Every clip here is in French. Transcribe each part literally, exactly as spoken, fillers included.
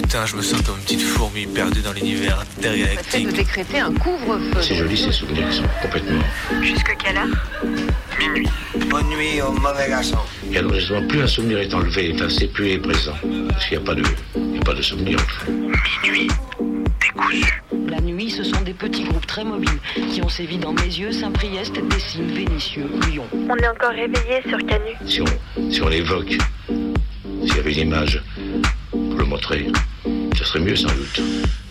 Putain, je me sens comme une petite fourmi perdue dans l'univers intergalactique. Le fait de décréter un couvre-feu. C'est joli ces souvenirs qui sont complètement... Jusque quelle heure? Minuit. Bonne nuit au mauvais garçon. Et alors justement, plus un souvenir est enlevé, enfin, c'est plus il est présent. Parce qu'il n'y a pas de, il n'y a pas de souvenir. Enfin. Minuit. Décousu. La nuit, ce sont des petits groupes très mobiles qui ont sévi dans Mézieux, Saint-Priest, Dessines, Vénissieux, Lyon. On est encore réveillé sur Canu. Si on, si on l'évoque, s'il y avait une image pour le montrer, ce serait mieux sans doute.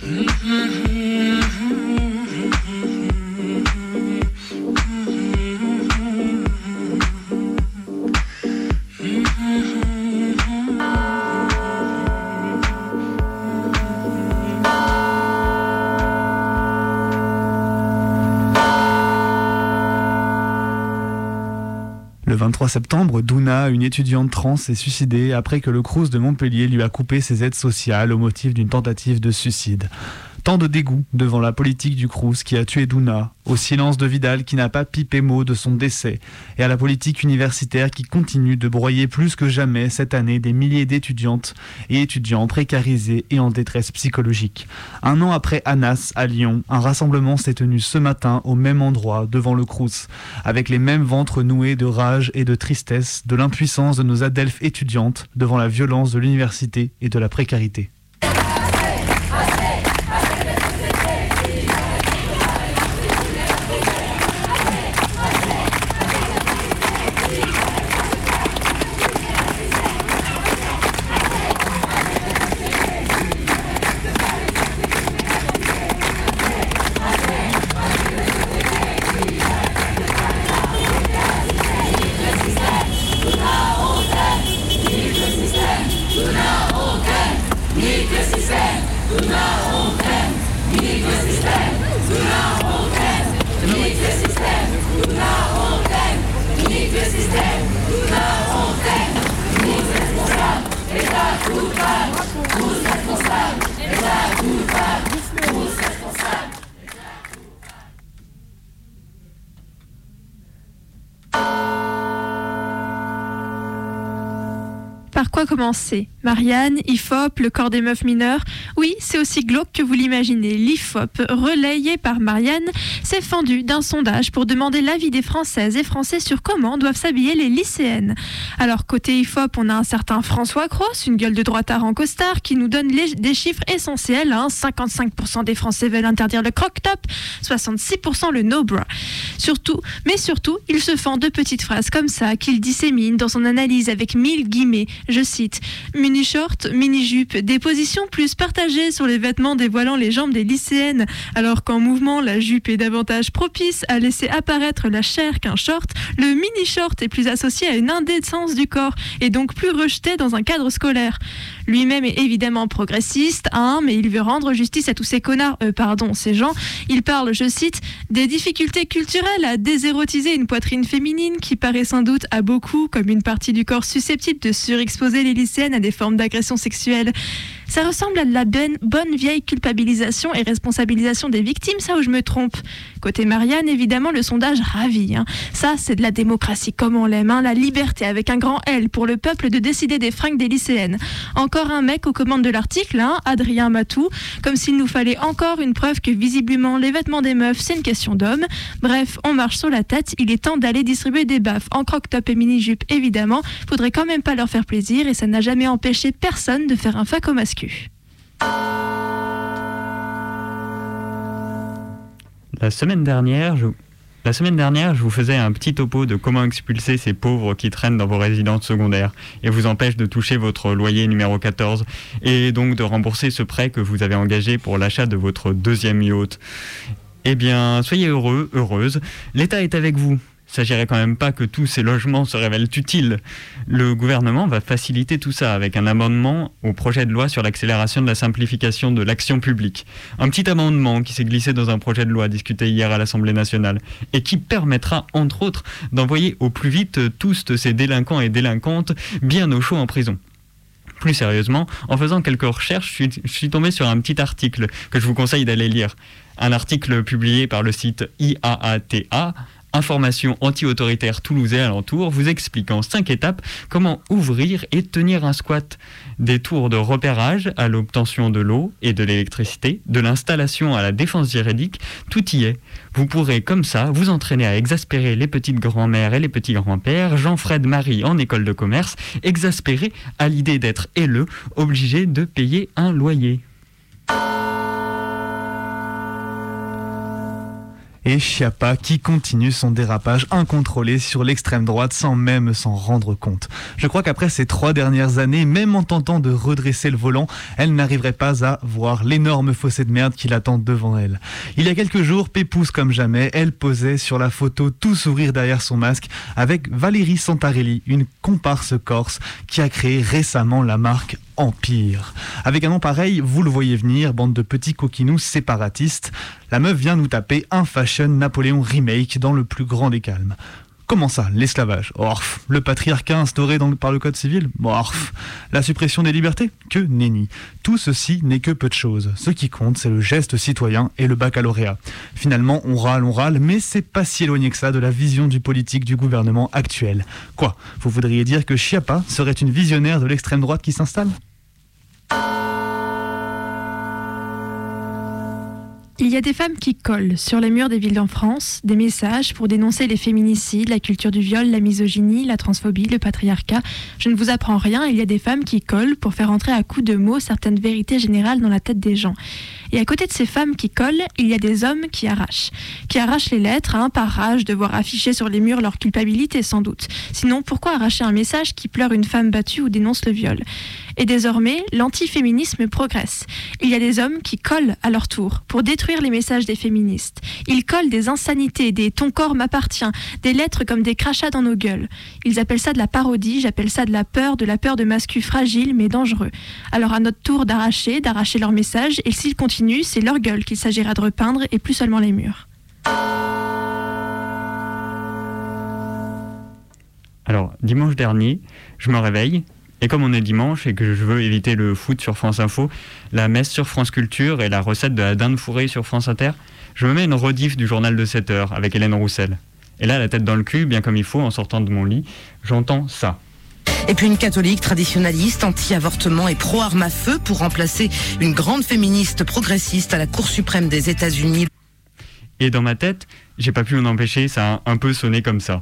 Le vingt-trois septembre, Douna, une étudiante trans, s'est suicidée après que le Crous de Montpellier lui a coupé ses aides sociales au motif d'une tentative de suicide. Tant de dégoût devant la politique du Crous qui a tué Douna, au silence de Vidal qui n'a pas pipé mot de son décès, et à la politique universitaire qui continue de broyer plus que jamais cette année des milliers d'étudiantes et étudiants précarisés et en détresse psychologique. Un an après Anas, à Lyon, un rassemblement s'est tenu ce matin au même endroit devant le Crous, avec les mêmes ventres noués de rage et de tristesse, de l'impuissance de nos adelphes étudiantes devant la violence de l'université et de la précarité. Par quoi commencer? Marianne, I F O P, le corps des meufs mineures. Oui, c'est aussi glauque que vous l'imaginez. L'I F O P, relayé par Marianne, s'est fendu d'un sondage pour demander l'avis des Françaises et Français sur comment doivent s'habiller les lycéennes. Alors, côté I F O P, on a un certain François Cros, une gueule de droitard en costard, qui nous donne les, des chiffres essentiels. Hein. cinquante-cinq pour cent des Français veulent interdire le croc-top, soixante-six pour cent le no-bra. Surtout, mais surtout, il se fend de petites phrases comme ça qu'il dissémine dans son analyse avec mille guillemets. Je cite, mini-short, mini-jupe, des positions plus partagées sur les vêtements dévoilant les jambes des lycéennes, alors qu'en mouvement, la jupe est davantage propice à laisser apparaître la chair qu'un short, le mini-short est plus associé à une indécence du corps et donc plus rejeté dans un cadre scolaire. Lui-même est évidemment progressiste, hein, mais il veut rendre justice à tous ces connards, euh, pardon, ces gens. Il parle, je cite, des difficultés culturelles à désérotiser une poitrine féminine qui paraît sans doute à beaucoup comme une partie du corps susceptible de surexposer les lycéennes à des formes d'agression sexuelle. Ça ressemble à de la bonne, bonne vieille culpabilisation et responsabilisation des victimes, ça, ou je me trompe? Côté Marianne, évidemment, le sondage ravit. Hein. Ça, c'est de la démocratie comme on l'aime, hein. La liberté avec un grand L pour le peuple de décider des fringues des lycéennes. Encore un mec aux commandes de l'article, hein, Adrien Matou, comme s'il nous fallait encore une preuve que visiblement les vêtements des meufs, c'est une question d'hommes. Bref, on marche sur la tête, il est temps d'aller distribuer des baffes en croc-top et mini-jupe, évidemment. Faudrait quand même pas leur faire plaisir et ça n'a jamais empêché personne de faire un fac au mascu. La semaine dernière, je... La semaine dernière, je vous faisais un petit topo de comment expulser ces pauvres qui traînent dans vos résidences secondaires et vous empêchent de toucher votre loyer numéro quatorze et donc de rembourser ce prêt que vous avez engagé pour l'achat de votre deuxième yacht. Eh bien, soyez heureux, heureuse, l'État est avec vous. Il ne s'agirait quand même pas que tous ces logements se révèlent utiles. Le gouvernement va faciliter tout ça avec un amendement au projet de loi sur l'accélération de la simplification de l'action publique. Un petit amendement qui s'est glissé dans un projet de loi discuté hier à l'Assemblée nationale et qui permettra, entre autres, d'envoyer au plus vite tous ces délinquants et délinquantes bien au chaud en prison. Plus sérieusement, en faisant quelques recherches, je suis, je suis tombé sur un petit article que je vous conseille d'aller lire. Un article publié par le site I A A T A, Information anti-autoritaire toulousain alentour, vous explique en cinq étapes comment ouvrir et tenir un squat. Des tours de repérage à l'obtention de l'eau et de l'électricité, de l'installation à la défense juridique, tout y est. Vous pourrez comme ça vous entraîner à exaspérer les petites grand-mères et les petits grands-pères, Jean-Fred Marie en école de commerce, exaspérés à l'idée d'être haineux, obligés de payer un loyer. Et Schiappa qui continue son dérapage incontrôlé sur l'extrême droite sans même s'en rendre compte. Je crois qu'après ces trois dernières années, même en tentant de redresser le volant, elle n'arriverait pas à voir l'énorme fossé de merde qui l'attend devant elle. Il y a quelques jours, pépouze comme jamais, elle posait sur la photo tout sourire derrière son masque avec Valérie Santarelli, une comparse corse qui a créé récemment la marque Empire. Avec un nom pareil, vous le voyez venir, bande de petits coquinous séparatistes. La meuf vient nous taper un fashion Napoléon remake dans le plus grand des calmes. Comment ça, l'esclavage? Orf. Le patriarcat instauré dans le, par le code civil? Orf. La suppression des libertés? Que nenni. Tout ceci n'est que peu de choses. Ce qui compte, c'est le geste citoyen et le baccalauréat. Finalement, on râle, on râle, mais c'est pas si éloigné que ça de la vision du politique du gouvernement actuel. Quoi? Vous voudriez dire que Schiappa serait une visionnaire de l'extrême droite qui s'installe? Il y a des femmes qui collent sur les murs des villes en France des messages pour dénoncer les féminicides, la culture du viol, la misogynie, la transphobie, le patriarcat. Je ne vous apprends rien, il y a des femmes qui collent pour faire entrer à coups de mots certaines vérités générales dans la tête des gens. Et à côté de ces femmes qui collent, il y a des hommes qui arrachent. Qui arrachent les lettres, hein, par rage de voir afficher sur les murs leur culpabilité sans doute. Sinon, pourquoi arracher un message qui pleure une femme battue ou dénonce le viol? Et désormais, l'antiféminisme progresse. Il y a des hommes qui collent à leur tour pour détruire les messages des féministes. Ils collent des insanités, des « ton corps m'appartient », des lettres comme des crachats dans nos gueules. Ils appellent ça de la parodie, j'appelle ça de la peur, de la peur de mascu fragile mais dangereux. Alors à notre tour d'arracher, d'arracher leur message, et s'ils continuent, c'est leur gueule qu'il s'agira de repeindre et plus seulement les murs. Alors, dimanche dernier, je me réveille, et comme on est dimanche et que je veux éviter le foot sur France Info, la messe sur France Culture et la recette de la dinde fourrée sur France Inter, je me mets une rediff du journal de sept heures avec Hélène Roussel. Et là, la tête dans le cul, bien comme il faut, en sortant de mon lit, j'entends ça. Et puis une catholique traditionnaliste, anti-avortement et pro-arme à feu pour remplacer une grande féministe progressiste à la Cour suprême des États-Unis. Et dans ma tête, j'ai pas pu m'en empêcher, ça a un peu sonné comme ça.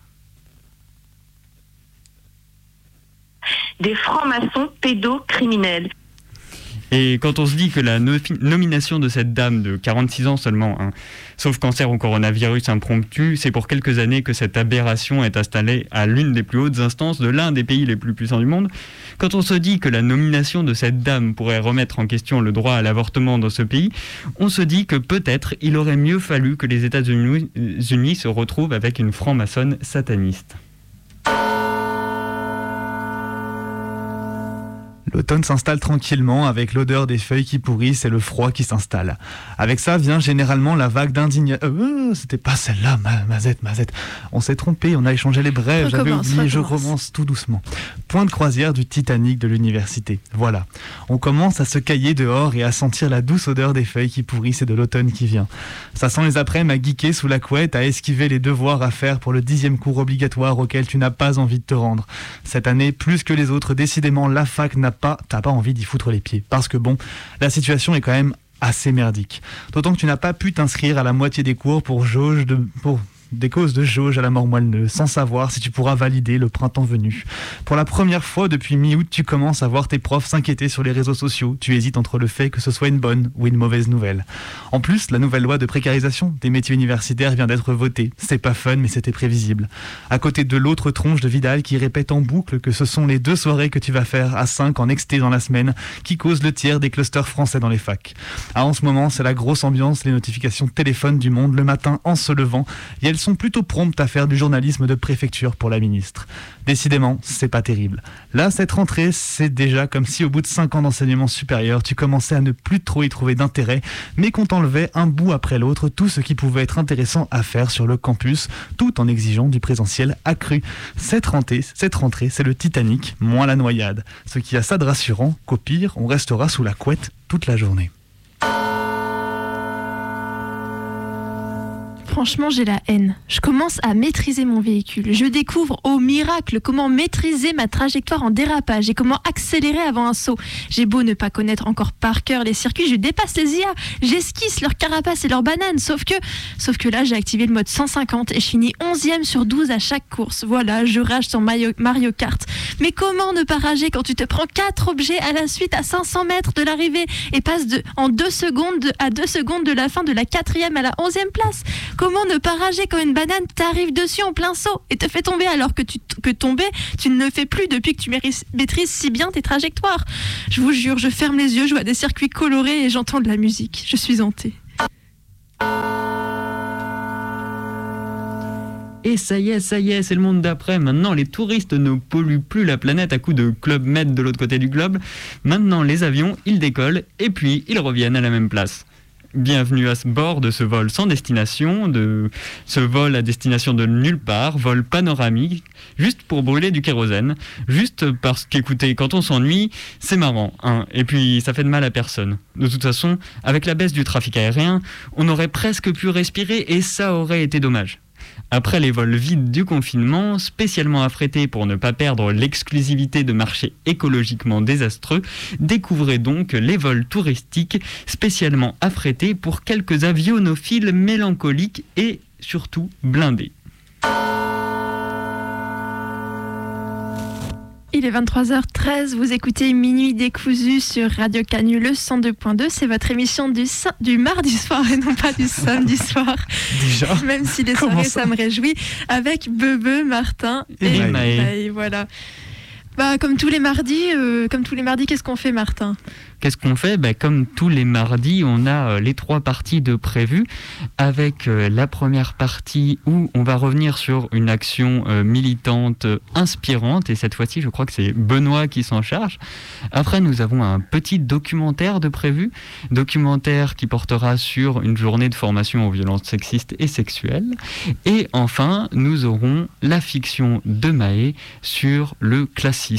Des francs-maçons pédocriminels. Et quand on se dit que la no- nomination de cette dame de quarante-six ans seulement, hein, sauf cancer ou coronavirus impromptu, c'est pour quelques années que cette aberration est installée à l'une des plus hautes instances de l'un des pays les plus puissants du monde, quand on se dit que la nomination de cette dame pourrait remettre en question le droit à l'avortement dans ce pays, on se dit que peut-être il aurait mieux fallu que les États-Unis Unis se retrouvent avec une franc-maçonne sataniste. L'automne s'installe tranquillement avec l'odeur des feuilles qui pourrissent et le froid qui s'installe. Avec ça vient généralement la vague d'indignation. Euh, c'était pas celle-là, ma, Mazette, Mazette. On s'est trompé, on a échangé les brèves, j'avais oublié, recommence. Je recommence tout doucement. Point de croisière du Titanic de l'université. Voilà. On commence à se cailler dehors et à sentir la douce odeur des feuilles qui pourrissent et de l'automne qui vient. Ça sent les après-midi à geeker sous la couette, à esquiver les devoirs à faire pour le dixième cours obligatoire auquel tu n'as pas envie de te rendre. Cette année, plus que les autres, décidément, la fac n'a pas, t'as pas envie d'y foutre les pieds. Parce que bon, la situation est quand même assez merdique. D'autant que tu n'as pas pu t'inscrire à la moitié des cours pour jauge de... pour des causes de jauge à la mort moelleux, sans savoir si tu pourras valider le printemps venu. Pour la première fois depuis mi-août, tu commences à voir tes profs s'inquiéter sur les réseaux sociaux. Tu hésites entre le fait que ce soit une bonne ou une mauvaise nouvelle. En plus, la nouvelle loi de précarisation des métiers universitaires vient d'être votée. C'est pas fun, mais c'était prévisible. À côté de l'autre tronche de Vidal qui répète en boucle que ce sont les deux soirées que tu vas faire à cinq en exté dans la semaine qui causent le tiers des clusters français dans les facs. Ah, en ce moment, c'est la grosse ambiance, les notifications téléphone du monde le matin en se levant. Et elles sont plutôt promptes à faire du journalisme de préfecture pour la ministre. Décidément, c'est pas terrible. Là, cette rentrée, c'est déjà comme si au bout de cinq ans d'enseignement supérieur, tu commençais à ne plus trop y trouver d'intérêt, mais qu'on t'enlevait un bout après l'autre tout ce qui pouvait être intéressant à faire sur le campus, tout en exigeant du présentiel accru. Cette rentrée, cette rentrée, c'est le Titanic, moins la noyade. Ce qui a ça de rassurant qu'au pire, on restera sous la couette toute la journée. franchement, j'ai la haine. Je commence à maîtriser mon véhicule. Je découvre, au miracle, comment maîtriser ma trajectoire en dérapage et comment accélérer avant un saut. J'ai beau ne pas connaître encore par cœur les circuits, je dépasse les I A. J'esquisse leurs carapaces et leurs bananes. Sauf que, sauf que là, j'ai activé le mode cent cinquante et je finis onzième sur douze à chaque course. Voilà, je rage sur Mario, Mario Kart. Mais comment ne pas rager quand tu te prends quatre objets à la suite à cinq cents mètres de l'arrivée et passes de, en deux secondes à deux secondes de la fin de la quatrième à la onzième place? Comment ne pas rager quand une banane t'arrive dessus en plein saut et te fait tomber alors que, tu, que tomber, tu ne le fais plus depuis que tu maîtrises si bien tes trajectoires? Je vous jure, je ferme les yeux, je vois des circuits colorés et j'entends de la musique. Je suis hantée. Et ça y est, ça y est, c'est le monde d'après. Maintenant, les touristes ne polluent plus la planète à coups de Club Med de l'autre côté du globe. Maintenant, les avions, ils décollent et puis ils reviennent à la même place. Bienvenue à ce bord de ce vol sans destination, de ce vol à destination de nulle part, vol panoramique, juste pour brûler du kérosène, juste parce qu'écoutez, quand on s'ennuie, c'est marrant, hein, et puis ça fait de mal à personne. De toute façon, avec la baisse du trafic aérien, on aurait presque pu respirer et ça aurait été dommage. Après les vols vides du confinement, spécialement affrétés pour ne pas perdre l'exclusivité de marchés écologiquement désastreux, découvrez donc les vols touristiques spécialement affrétés pour quelques avionophiles mélancoliques et surtout blindés. Il est vingt-trois heures treize, vous écoutez Minuit décousu sur Radio Canu le cent deux point deux. C'est votre émission du, du mardi soir et non pas du samedi soir. Déjà. Même si les soirées, ça, ça me réjouit. Avec Bebe, Martin et, et Maë. Voilà. Bah, comme tous les mardis, euh, comme tous les mardis, qu'est-ce qu'on fait, Martin ? Qu'est-ce qu'on fait ? Bah, comme tous les mardis, on a euh, les trois parties de prévues, avec euh, la première partie où on va revenir sur une action euh, militante euh, inspirante, et cette fois-ci, je crois que c'est Benoît qui s'en charge. Après, nous avons un petit documentaire de prévu, documentaire qui portera sur une journée de formation aux violences sexistes et sexuelles. Et enfin, nous aurons la fiction de Maë sur le classicisme.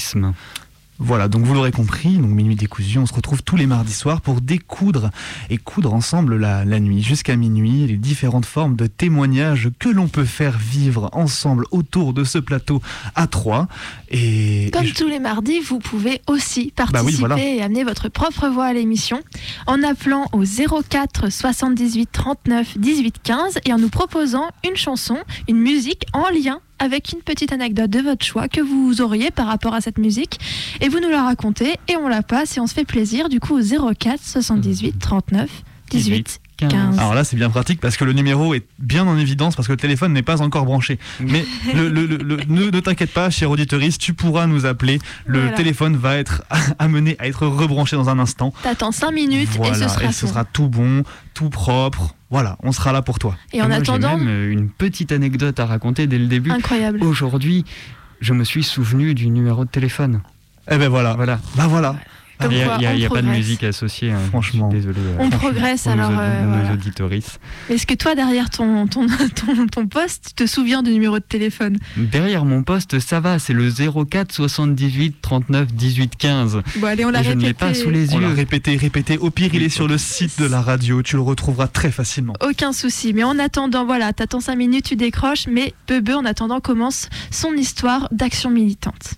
Voilà, donc vous l'aurez compris, donc Minuit décousu, on se retrouve tous les mardis soirs pour découdre et coudre ensemble la, la nuit, jusqu'à minuit, les différentes formes de témoignages que l'on peut faire vivre ensemble autour de ce plateau à trois. Et, Comme et je... tous les mardis, vous pouvez aussi participer bah oui, voilà. et amener votre propre voix à l'émission en appelant au zéro quatre soixante-dix-huit trente-neuf dix-huit quinze et en nous proposant une chanson, une musique en lien avec une petite anecdote de votre choix que vous auriez par rapport à cette musique et vous nous la racontez et on la passe et on se fait plaisir du coup au zéro quatre soixante-dix-huit trente-neuf dix-huit quinze. Alors là c'est bien pratique parce que le numéro est bien en évidence parce que le téléphone n'est pas encore branché. Mais le, le, le, le, ne, ne t'inquiète pas, cher auditoriste, tu pourras nous appeler. Le voilà. téléphone va être amené à être rebranché dans un instant. T'attends cinq minutes voilà, et ce sera et ce sera tout bon, tout propre. Voilà, on sera là pour toi. Et en moi, attendant, j'ai même une petite anecdote à raconter dès le début. Incroyable. Aujourd'hui, je me suis souvenu du numéro de téléphone. Eh ben voilà. Voilà. Bah voilà. Il n'y a, y a, y a pas de musique associée. Hein. Franchement. Désolé. On euh, progresse alors. Nos, euh, nos voilà. auditoristes. Est-ce que toi, derrière ton, ton, ton, ton poste, tu te souviens du numéro de téléphone ? Derrière mon poste, ça va, c'est le zéro quatre soixante-dix-huit trente-neuf dix-huit quinze. Bon, allez, on l'a répété. Je ne l'ai pas sous les yeux. On l'a répété, répété. Au pire, il est sur le site de la radio. Tu le retrouveras très facilement. Aucun souci. Mais en attendant, voilà, t'attends cinq minutes, tu décroches. Mais Bebe, en attendant, commence son histoire d'action militante.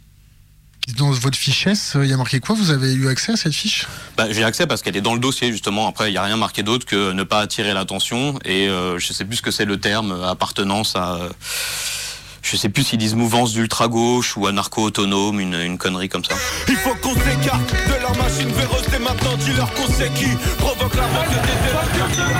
Dans votre fichesse, il y a marqué quoi ? Vous avez eu accès à cette fiche ? bah, J'ai accès parce qu'elle est dans le dossier, justement. Après, il n'y a rien marqué d'autre que ne pas attirer l'attention. Et euh, je ne sais plus ce que c'est le terme, appartenance à... Euh, je ne sais plus s'ils disent mouvance d'ultra-gauche ou anarcho-autonome, une, une connerie comme ça. Il faut qu'on s'écarte de leur machine véreuse. Dès maintenant, dis-leur qu'on sait qui provoque la mort des désert.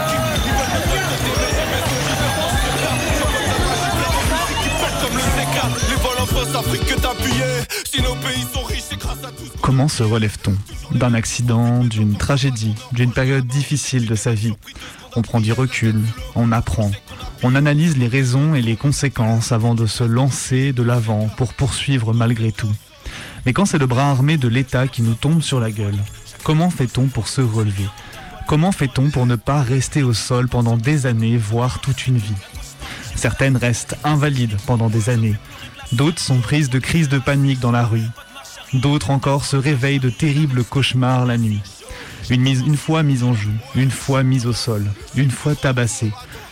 Comment se relève-t-on d'un accident, d'une tragédie, d'une période difficile de sa vie ? On prend du recul, on apprend, on analyse les raisons et les conséquences avant de se lancer de l'avant pour poursuivre malgré tout. Mais quand c'est le bras armé de l'État qui nous tombe sur la gueule, comment fait-on pour se relever ? Comment fait-on pour ne pas rester au sol pendant des années, voire toute une vie ? Certaines restent invalides pendant des années. D'autres sont prises de crises de panique dans la rue. D'autres encore se réveillent de terribles cauchemars la nuit. Une, mise, une fois mise en joue, une fois mise au sol, une fois tabassée.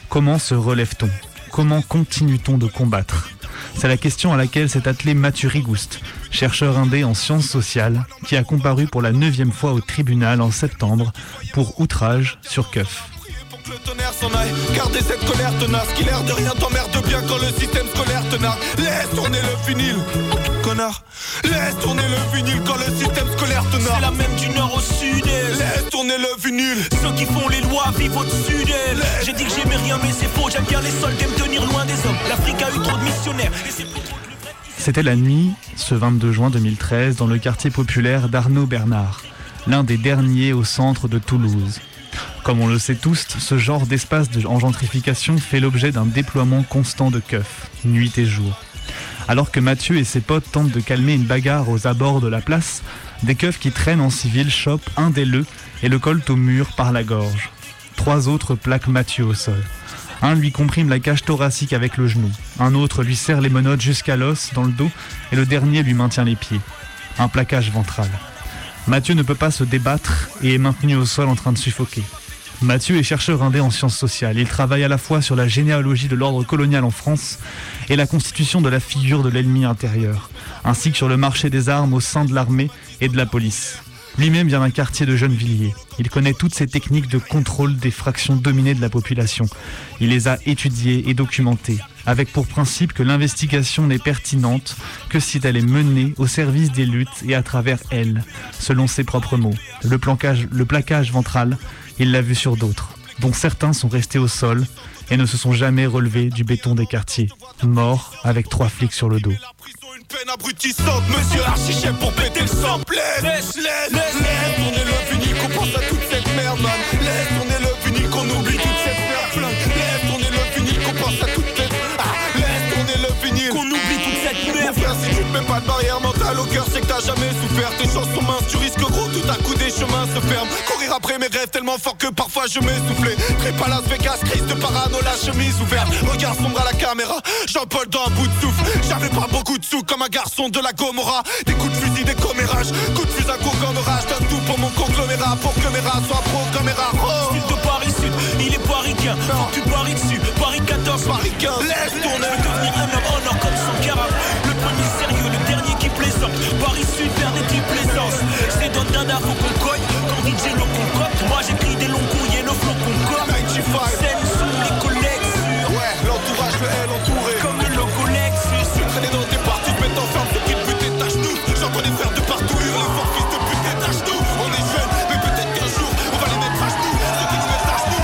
Comment se relève-t-on ? Comment continue-t-on de combattre ? C'est la question à laquelle s'est attelé Mathieu Rigouste, chercheur indé en sciences sociales, qui a comparu pour la neuvième fois au tribunal en septembre pour outrage sur keuf. Le tonnerre s'en aille, gardez cette colère tenace qui l'air de rien t'emmerde bien quand le système scolaire te nargue. Laisse tourner le vinyle, connard. Laisse tourner le vinyle quand le système scolaire te nargue. C'est la même du nord au sud. Laisse tourner le vinyle. Ceux qui font les lois vivent au-dessus d'elle. J'ai dit que j'aimais rien mais c'est faux. J'aime bien les soldats me tenir loin des hommes. L'Afrique a eu trop de missionnaires et c'est plus trop le vrai. C'était la nuit, ce vingt-deux juin deux mille treize, dans le quartier populaire d'Arnaud Bernard, l'un des derniers au centre de Toulouse. Comme on le sait tous, ce genre d'espace de gentrification fait l'objet d'un déploiement constant de keufs, nuit et jour. Alors que Mathieu et ses potes tentent de calmer une bagarre aux abords de la place, des keufs qui traînent en civil chopent un des leux et le collent au mur par la gorge. Trois autres plaquent Mathieu au sol. Un lui comprime la cage thoracique avec le genou, un autre lui serre les menottes jusqu'à l'os dans le dos et le dernier lui maintient les pieds. Un plaquage ventral. Mathieu ne peut pas se débattre et est maintenu au sol en train de suffoquer. Mathieu est chercheur indé en sciences sociales. Il travaille à la fois sur la généalogie de l'ordre colonial en France et la constitution de la figure de l'ennemi intérieur, ainsi que sur le marché des armes au sein de l'armée et de la police. Lui-même vient d'un quartier de Gennevilliers. Il connaît toutes ces techniques de contrôle des fractions dominées de la population. Il les a étudiées et documentées, avec pour principe que l'investigation n'est pertinente que si elle est menée au service des luttes et à travers elles, selon ses propres mots. Le, plaquage, le plaquage ventral, il l'a vu sur d'autres, dont certains sont restés au sol et ne se sont jamais relevés du béton des quartiers, morts avec trois flics sur le dos. Une peine abrutissante, monsieur l'archichef pour péter le sang. Laisse, laisse, laisse, laisse tourner le vinyle qu'on pense à toute cette merde, man. Laisse tourner le vinyle qu'on oublie toute cette merde flingue. Laisse tourner le vinyle qu'on pense à toute cette... Ah, laisse tourner le vinyle qu'on oublie toute cette merde. Mon frère, si tu te mets pas de barrière mentale au cœur, c'est que t'as jamais souffert. Tes chances sont minces, tu risques gros, tout à coup des chemins se ferment. Courir après mes rêves tellement fort que parfois je m'essoufflais. Trip à Las Vegas, crise de parano, la chemise ouverte. Regard sombre à la caméra, Jean-Paul dans un bout de souffle. J'avais pas beaucoup de sous comme un garçon de la Gomorra. Des coups de fusil, des commérages, coups de fusil à coup comme orage. Donne tout pour mon conglomérat, pour que mes rats soient pro comme mes rats. Oh. Style de Paris Sud, il est paricain. Faut que tu paries dessus, Paris quatorze, Paris quinze. Laisse tourner, je veux devenir un homme en or comme son carafe. Le premier sérieux, le dernier qui plaisante. Paris Sud, vers des types plaisance. C'est dans Dada, faut qu'on cogne. Quand D J l'eau qu'on cote, moi j'écris des longs courriers, le flow qu'on cote. Scène sous les collègues sûrs. Ouais, l'entourage, le L entouré. Comme le logo Lexus. Je traîner dans des parties, je mets en forme, ce qui te bute et tâche-nous. J'entends des frères de partout hurler fort, fils de pute et tâche-nous. On est jeunes, mais peut-être qu'un jour, on va les mettre à genoux. Ceux qui nous mettent à genoux,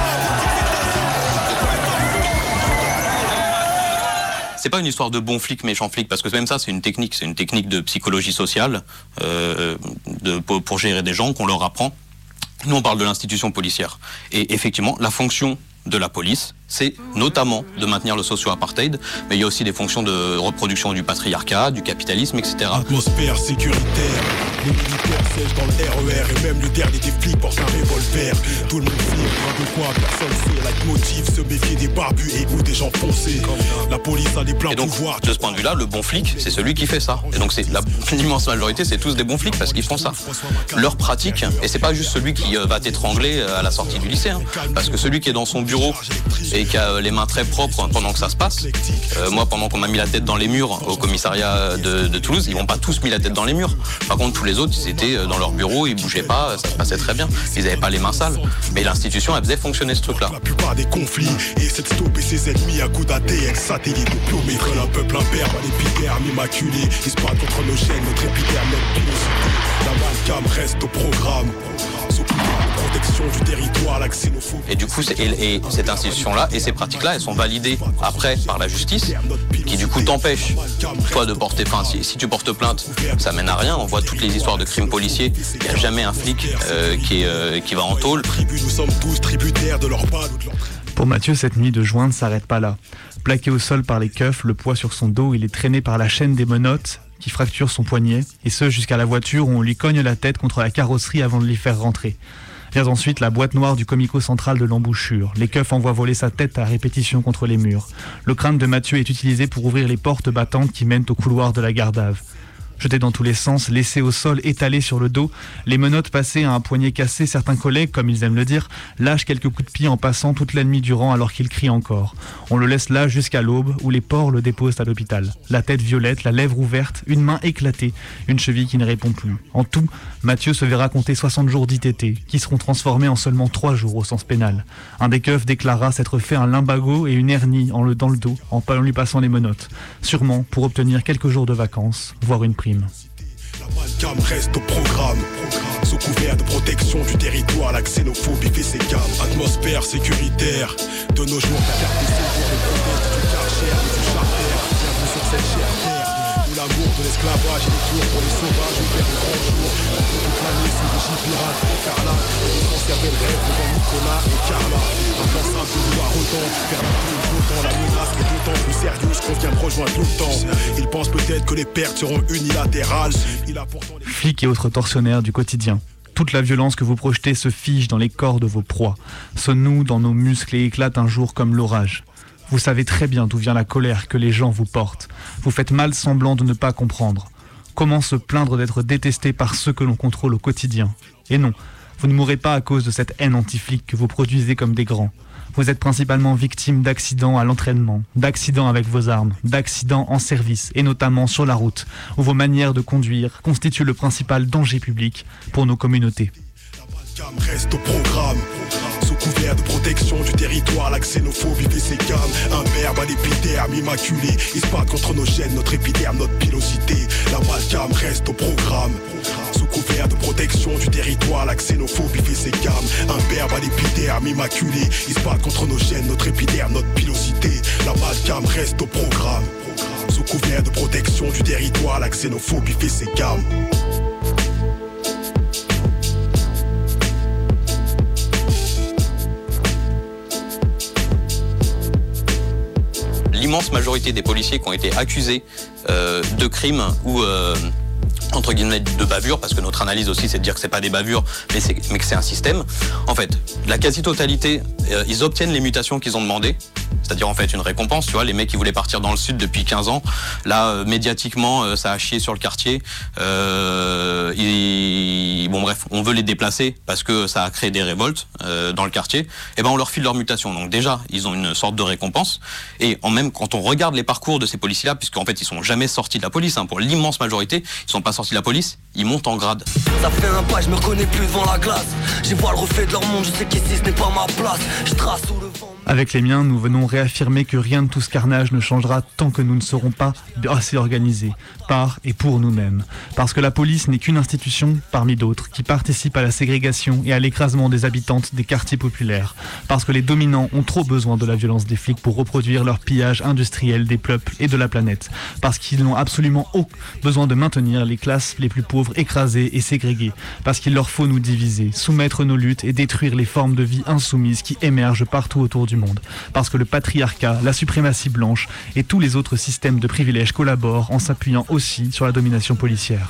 c'est pas une histoire de bon flic, méchant flic, parce que même ça, c'est une technique, c'est une technique de psychologie sociale euh, de, pour, pour gérer des gens qu'on leur apprend. Nous, on parle de l'institution policière. Et effectivement, la fonction de la police, c'est notamment de maintenir le socio-apartheid, mais il y a aussi des fonctions de reproduction du patriarcat, du capitalisme, et cetera. Atmosphère sécuritaire, les militaires siègent dans le R E R et même le dernier des flics porte un revolver. Tout le monde sait de quoi personne sait. Leitmotiv, se méfier des barbus et ou des gens foncés. La police a des pleins pouvoirs. De ce point de vue-là, le bon flic, c'est celui qui fait ça. Et donc c'est la l'immense majorité, c'est tous des bons flics parce qu'ils font ça. Leur pratique, et c'est pas juste celui qui va t'étrangler à la sortie du lycée, hein, parce que celui qui est dans son bureau et qui a les mains très propres pendant que ça se passe. Euh, moi, pendant qu'on m'a mis la tête dans les murs au commissariat de, de Toulouse, ils m'ont pas tous mis la tête dans les murs. Par contre, tous les autres, ils étaient dans leur bureau, ils bougeaient pas, ça se passait très bien. Ils avaient pas les mains sales. Mais l'institution, elle faisait fonctionner ce truc-là. La plupart des conflits essaient de stopper ses ennemis à coups d'A D N, satellite ou biométrie. Un peuple imberbe, l'épiderme immaculé. Ils se battent contre nos chaînes, notre épiderme, notre pilosité. L'amalgame reste au programme. Protection du territoire, la xénophobie. Et du coup, et, et cette institution-là et ces pratiques-là, elles sont validées après par la justice, qui du coup t'empêche, toi, de porter plainte. Si, si tu portes plainte, ça mène à rien. On voit toutes les histoires de crimes policiers. Il n'y a jamais un flic euh, qui, est, euh, qui va en tôle. Nous sommes tous tributaires de leur pas. Pour Mathieu, cette nuit de juin ne s'arrête pas là. Plaqué au sol par les keufs, le poids sur son dos, il est traîné par la chaîne des menottes qui fracture son poignet, et ce jusqu'à la voiture où on lui cogne la tête contre la carrosserie avant de l'y faire rentrer. Vient ensuite la boîte noire du comico central de l'embouchure. Les keufs envoient voler sa tête à répétition contre les murs. Le crâne de Mathieu est utilisé pour ouvrir les portes battantes qui mènent au couloir de la garde-ave. Jetés dans tous les sens, laissés au sol, étalés sur le dos, les menottes passées à un poignet cassé, certains collègues, comme ils aiment le dire, lâchent quelques coups de pied en passant toute la nuit durant alors qu'il crie encore. On le laisse là jusqu'à l'aube où les porcs le déposent à l'hôpital. La tête violette, la lèvre ouverte, une main éclatée, une cheville qui ne répond plus. En tout, Mathieu se verra compter soixante jours d'I T T, qui seront transformés en seulement trois jours au sens pénal. Un des keufs déclara s'être fait un lumbago et une hernie en le, dans le dos en lui passant les menottes, sûrement pour obtenir quelques jours de vacances, voire une prime. L'amalgame reste au programme. Sous couvert de protection du territoire, la xénophobie fait ses gammes. Atmosphère sécuritaire. De nos jours, la carte des séjours, les promesses du Karcher et du Charter. Bienvenue sur cette chère terre où l'amour de l'esclavage est le tour pour les sauvages ouvert au grand jour. On peut tout planer sous des gilets pirates écarlates et conserver le rêve devant Nicolas et Carla. Impensable de vouloir autant faire la pluie autant. La menace est d'autant plus sérieuse qu'on vient de rejoindre l'OTAN. Ils pensent peut-être que les pertes seront unilatérales. Il a pourtant les... Flics et autres tortionnaires du quotidien. Toute la violence que vous projetez se fige dans les corps de vos proies, se noue dans nos muscles et éclate un jour comme l'orage. Vous savez très bien d'où vient la colère que les gens vous portent. Vous faites mal semblant de ne pas comprendre. Comment se plaindre d'être détesté par ceux que l'on contrôle au quotidien ? Et non, vous ne mourrez pas à cause de cette haine anti-flic que vous produisez comme des grands. Vous êtes principalement victime d'accidents à l'entraînement, d'accidents avec vos armes, d'accidents en service et notamment sur la route, où vos manières de conduire constituent le principal danger public pour nos communautés. L'amalgame reste au programme. Sous couvert de protection du territoire, la xénophobie fait ses gammes. Un verbe à l'épiderme immaculé. Ils se battent contre nos gènes, notre épiderme, notre pilosité. L'amalgame reste au programme. Sous couvert de protection du territoire, la xénophobie fait ses gammes. Un verbe à l'épiderme immaculé. Ils se battent contre nos gènes, notre épiderme, notre pilosité. L'amalgame reste au programme. Sous couvert de protection du territoire, la xénophobie fait ses gammes. L'immense majorité des policiers qui ont été accusés euh, de crimes ou euh, entre guillemets de bavures, parce que notre analyse aussi c'est de dire que c'est pas des bavures mais, c'est, mais que c'est un système. En fait, la quasi-totalité, euh, ils obtiennent les mutations qu'ils ont demandées, c'est-à-dire en fait une récompense, tu vois, les mecs qui voulaient partir dans le sud depuis quinze ans, là euh, médiatiquement euh, ça a chié sur le quartier, euh, ils... bon bref, on veut les déplacer parce que ça a créé des révoltes euh, dans le quartier, et ben on leur file leur mutation, donc déjà ils ont une sorte de récompense, et en même quand on regarde les parcours de ces policiers-là, puisqu'en fait ils sont jamais sortis de la police, hein, pour l'immense majorité, ils sont pas sortis de la police, ils montent en grade. Ça fait un pas, je me reconnais plus devant la glace. J'y vois le reflet de leur monde, je sais qu'ici ce n'est pas ma place. Je trace sous le vent. Avec les miens, nous venons réaffirmer que rien de tout ce carnage ne changera tant que nous ne serons pas assez organisés, par et pour nous-mêmes. Parce que la police n'est qu'une institution parmi d'autres qui participe à la ségrégation et à l'écrasement des habitantes des quartiers populaires. Parce que les dominants ont trop besoin de la violence des flics pour reproduire leur pillage industriel des peuples et de la planète. Parce qu'ils n'ont absolument aucun besoin de maintenir les classes les plus pauvres écrasées et ségrégées. Parce qu'il leur faut nous diviser, soumettre nos luttes et détruire les formes de vie insoumises qui émergent partout autour du monde. Parce que le patriarcat, la suprématie blanche et tous les autres systèmes de privilèges collaborent en s'appuyant aussi sur la domination policière.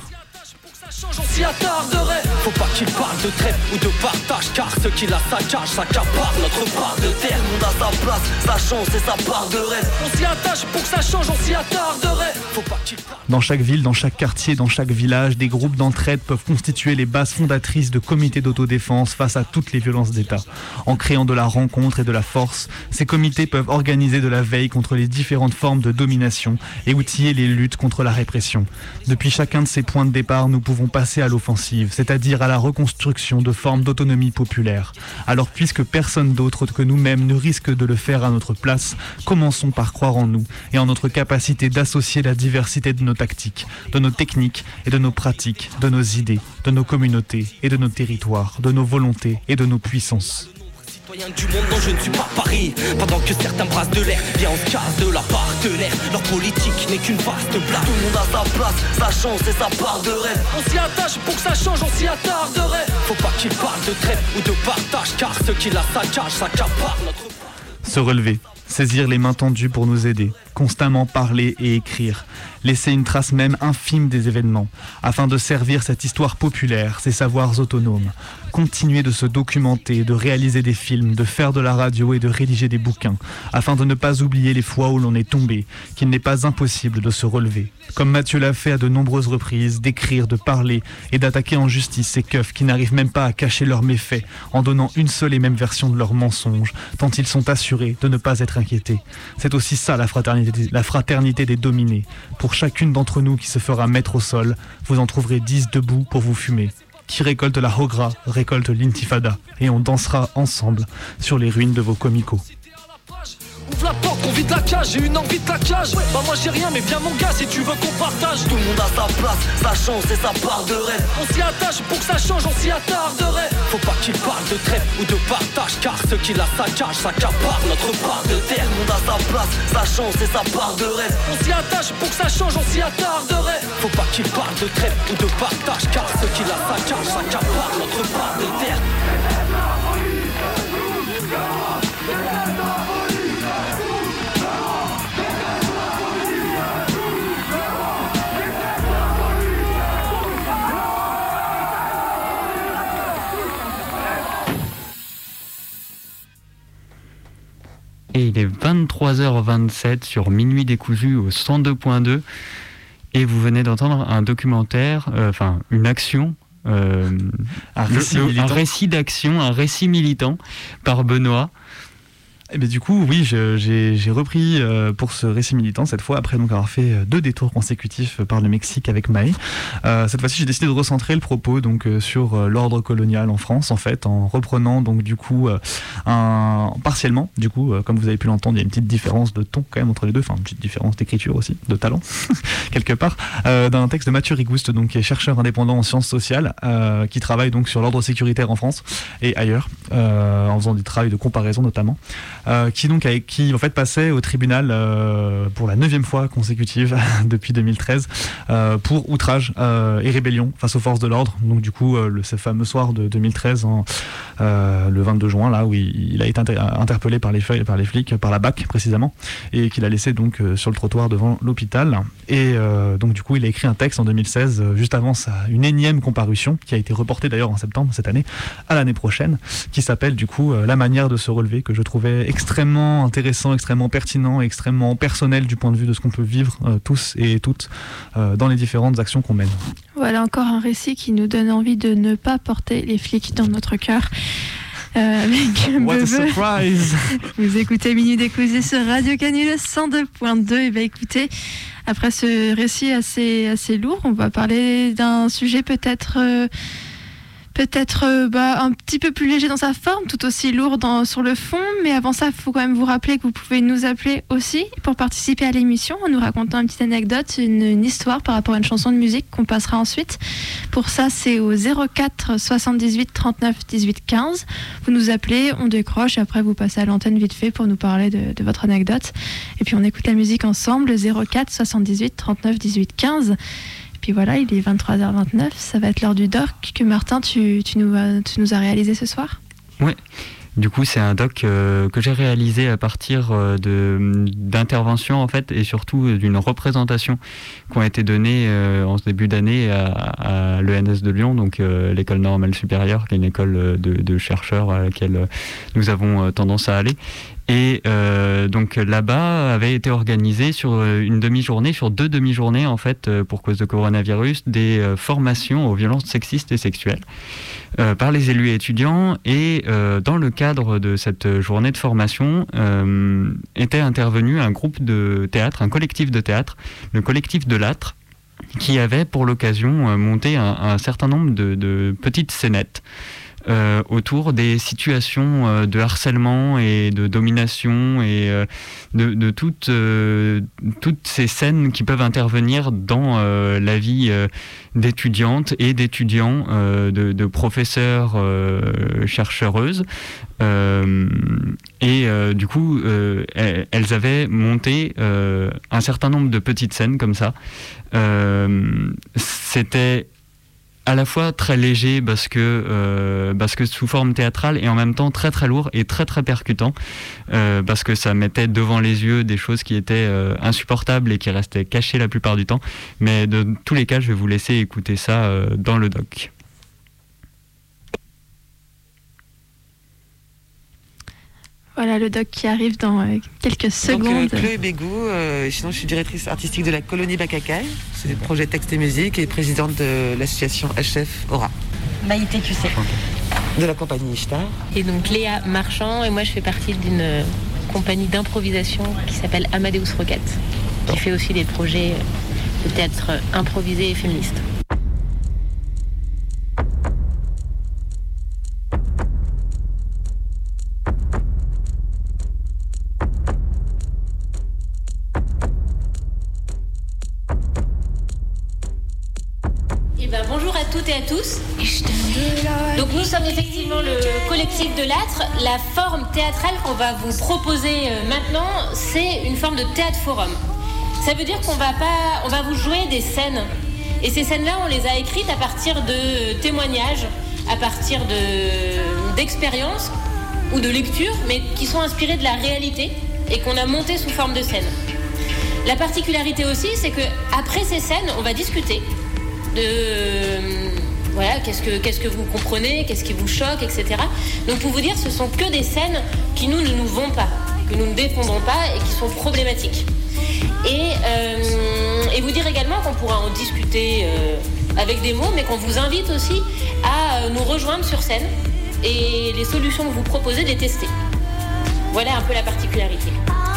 On s'y attarderait. Faut pas qu'ils parlent de trêve ou de partage, car ceux qui la saccagent s'accaparent notre part de terre. Le monde a sa place, sa chance et sa part de rêve. On s'y attache pour que ça change, on s'y attarderait. Faut pas qu'ils parlent. Dans chaque ville, dans chaque quartier, dans chaque village, des groupes d'entraide peuvent constituer les bases fondatrices de comités d'autodéfense face à toutes les violences d'État. En créant de la rencontre et de la force, ces comités peuvent organiser de la veille contre les différentes formes de domination et outiller les luttes contre la répression. Depuis chacun de ces points de départ, nous pouvons passer à l'offensive, c'est-à-dire à la reconstruction de formes d'autonomie populaire. Alors puisque personne d'autre que nous-mêmes ne risque de le faire à notre place, commençons par croire en nous et en notre capacité d'associer la diversité de nos tactiques, de nos techniques et de nos pratiques, de nos idées, de nos communautés et de nos territoires, de nos volontés et de nos puissances. Du monde dont je ne suis pas Paris. Pendant que certains brassent de l'air, bien on se casse de la partenaire. Leur politique n'est qu'une vaste blague. Tout le monde a sa place, sa chance et sa part de rêve. On s'y attache pour que ça change, on s'y attarderait. Faut pas qu'ils parlent de trêve ou de partage, car ceux qui la saccagent s'accaparent notre... Se relever, saisir les mains tendues pour nous aider, constamment parler et écrire, laisser une trace même infime des événements, afin de servir cette histoire populaire, ces savoirs autonomes, continuer de se documenter, de réaliser des films, de faire de la radio et de rédiger des bouquins, afin de ne pas oublier les fois où l'on est tombé, qu'il n'est pas impossible de se relever. Comme Mathieu l'a fait à de nombreuses reprises, d'écrire, de parler et d'attaquer en justice ces keufs qui n'arrivent même pas à cacher leurs méfaits en donnant une seule et même version de leurs mensonges, tant ils sont assurés de ne pas être inquiétés. C'est aussi ça la fraternité, la fraternité des dominés. Pour chacune d'entre nous qui se fera mettre au sol, vous en trouverez dix debout pour vous fumer. Qui récolte la Hogra, récolte l'intifada, et on dansera ensemble sur les ruines de vos comicos. Ouvre la porte, on vide la cage, j'ai une envie de la cage. Bah moi j'ai rien, mais viens mon gars si tu veux qu'on partage. Tout le monde a sa place, sa chance et sa part de rêve. On s'y attache pour que ça change, on s'y attarderait. Faut pas qu'il parle de trêve ou de partage, car ceux qui la saccagent s'accaparent notre part de terre. Tout le monde a sa place, sa chance et sa part de rêve. On s'y attache pour que ça change, on s'y attarderait. Faut pas qu'il parle de trêve ou de partage, car ceux qui la saccagent s'accaparent notre part de terre. Et il est vingt-trois heures vingt-sept sur Minuit décousu au cent deux point deux et vous venez d'entendre un documentaire, euh, enfin une action, euh, un, récit le, un récit d'action, un récit militant par Benoît. Et bien du coup, oui, je, j'ai, j'ai repris euh, pour ce récit militant cette fois, après donc avoir fait deux détours consécutifs par le Mexique avec Maë. Euh, cette fois-ci, j'ai décidé de recentrer le propos donc euh, sur euh, l'ordre colonial en France, en fait, en reprenant donc du coup euh, un partiellement, du coup, euh, comme vous avez pu l'entendre, il y a une petite différence de ton quand même entre les deux, enfin une petite différence d'écriture aussi, de talent quelque part, euh, d'un texte de Mathieu Rigouste, donc qui est chercheur indépendant en sciences sociales, euh, qui travaille donc sur l'ordre sécuritaire en France et ailleurs, euh, en faisant du travail de comparaison notamment. Euh, qui donc a, qui en fait passait au tribunal euh, pour la neuvième fois consécutive depuis deux mille treize euh, pour outrage euh, et rébellion face aux forces de l'ordre. Donc du coup euh, le, ce fameux soir de deux mille treize, en, euh, le vingt-deux juin, là où il, il a été inter- interpellé par les, par les flics, par la B A C précisément, et qu'il a laissé donc euh, sur le trottoir devant l'hôpital. Et euh, donc du coup il a écrit un texte en deux mille seize, euh, juste avant sa, une énième comparution, qui a été reportée d'ailleurs en septembre cette année, à l'année prochaine, qui s'appelle du coup euh, La manière de se relever, que je trouvais extrêmement intéressant, extrêmement pertinent, extrêmement personnel du point de vue de ce qu'on peut vivre euh, tous et toutes euh, dans les différentes actions qu'on mène. Voilà encore un récit qui nous donne envie de ne pas porter les flics dans notre cœur. Euh, avec What a surprise! Vous écoutez Minuit décousu sur Radio Canu cent deux point deux. Et bien écoutez, après ce récit assez, assez lourd, on va parler d'un sujet peut-être... Euh, Peut-être euh, bah, un petit peu plus léger dans sa forme, tout aussi lourd dans, sur le fond. Mais avant ça, il faut quand même vous rappeler que vous pouvez nous appeler aussi pour participer à l'émission en nous racontant une petite anecdote, une, une histoire par rapport à une chanson de musique qu'on passera ensuite. Pour ça, c'est au zéro quatre soixante-dix-huit trente-neuf dix-huit quinze. Vous nous appelez, on décroche et après vous passez à l'antenne vite fait pour nous parler de, de votre anecdote. Et puis on écoute la musique ensemble, zéro quatre soixante-dix-huit trente-neuf dix-huit quinze. Puis voilà, il est vingt-trois heures vingt-neuf, ça va être l'heure du doc que Martin, tu, tu, nous, tu nous as réalisé ce soir. Ouais, du coup c'est un doc euh, que j'ai réalisé à partir euh, de, d'interventions en fait, et surtout d'une représentation qui ont été données euh, en ce début d'année à, à l'E N S de Lyon, donc euh, l'école normale supérieure, qui est une école de, de chercheurs à laquelle nous avons tendance à aller. Et euh, donc là-bas avait été organisé sur une demi-journée, sur deux demi-journées en fait, pour cause de coronavirus, des euh, formations aux violences sexistes et sexuelles euh, par les élus et étudiants. Et euh, dans le cadre de cette journée de formation, euh, était intervenu un groupe de théâtre, un collectif de théâtre, le collectif de l'Âtre, qui avait pour l'occasion euh, monté un, un certain nombre de, de petites scénettes Euh, autour des situations euh, de harcèlement et de domination et euh, de, de toutes, euh, toutes ces scènes qui peuvent intervenir dans euh, la vie euh, d'étudiantes et d'étudiants, euh, de, de professeurs euh, chercheuses. Euh, et euh, du coup, euh, elles avaient monté euh, un certain nombre de petites scènes comme ça. Euh, c'était à la fois très léger parce que, euh, parce que sous forme théâtrale et en même temps très très lourd et très très percutant euh, parce que ça mettait devant les yeux des choses qui étaient euh, insupportables et qui restaient cachées la plupart du temps. Mais de tous les cas, je vais vous laisser écouter ça euh, dans le doc. Voilà le doc qui arrive dans euh, quelques secondes. Donc, euh, Chloé Bégou, euh, sinon je suis directrice artistique de la colonie Bacacaï, c'est des projets texte et musique, et présidente de l'association H F Aura. Maïté, tu sais. De la compagnie Ishtar. Et donc Léa Marchand, et moi je fais partie d'une compagnie d'improvisation qui s'appelle Amadeus Rocket, qui fait aussi des projets de théâtre improvisé et féministe. Bonjour à toutes et à tous. Donc nous sommes effectivement le collectif de l'âtre. La forme théâtrale qu'on va vous proposer maintenant, c'est une forme de théâtre forum. Ça veut dire qu'on va pas, on va vous jouer des scènes. Et ces scènes-là, on les a écrites à partir de témoignages, à partir de d'expériences ou de lectures, mais qui sont inspirées de la réalité et qu'on a montées sous forme de scènes. La particularité aussi, c'est que après ces scènes, on va discuter de euh, voilà, qu'est-ce que, qu'est-ce que vous comprenez, qu'est-ce qui vous choque, et cetera. Donc pour vous dire, ce sont que des scènes qui nous ne nous vont pas, que nous ne défendons pas et qui sont problématiques. Et, euh, et vous dire également qu'on pourra en discuter euh, avec des mots, mais qu'on vous invite aussi à nous rejoindre sur scène et les solutions que vous proposez, de les tester. Voilà un peu la particularité.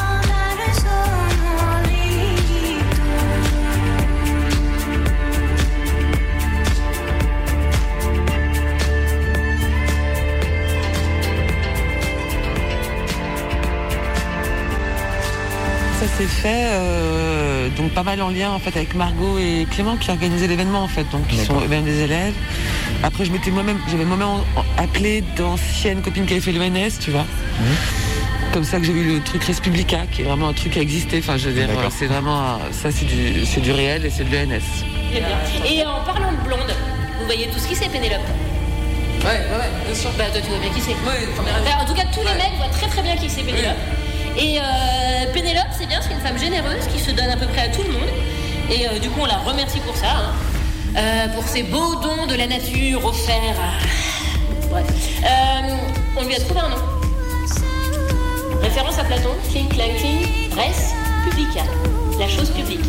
Ça s'est fait euh, donc pas mal en lien en fait avec Margot et Clément qui organisaient l'événement en fait, donc ils sont eux-mêmes des élèves. Après je m'étais moi-même, j'avais moi-même appelé d'anciennes copines qui avaient fait l'E N S, tu vois. Mmh. Comme ça que j'ai vu le truc Res Publica, qui est vraiment un truc qui a existé. Enfin je veux dire, c'est vraiment ça, c'est du, c'est du réel et c'est de l'E N S. Très bien. Et en parlant de blonde, vous voyez tout ce qui c'est Pénélope. Ouais, ouais, ouais, bien sûr. Bah toi tu vois bien qui c'est. Ouais, en tout cas tous les mecs voient très très bien qui c'est Pénélope. Ouais. Et euh, Pénélope, c'est bien, c'est une femme généreuse qui se donne à peu près à tout le monde. Et euh, du coup, on la remercie pour ça, hein. euh, pour ces beaux dons de la nature offerts à... Bref. Euh, on lui a trouvé un nom. Référence à Platon, Cling, Clang, Cling, Res Publica, la chose publique.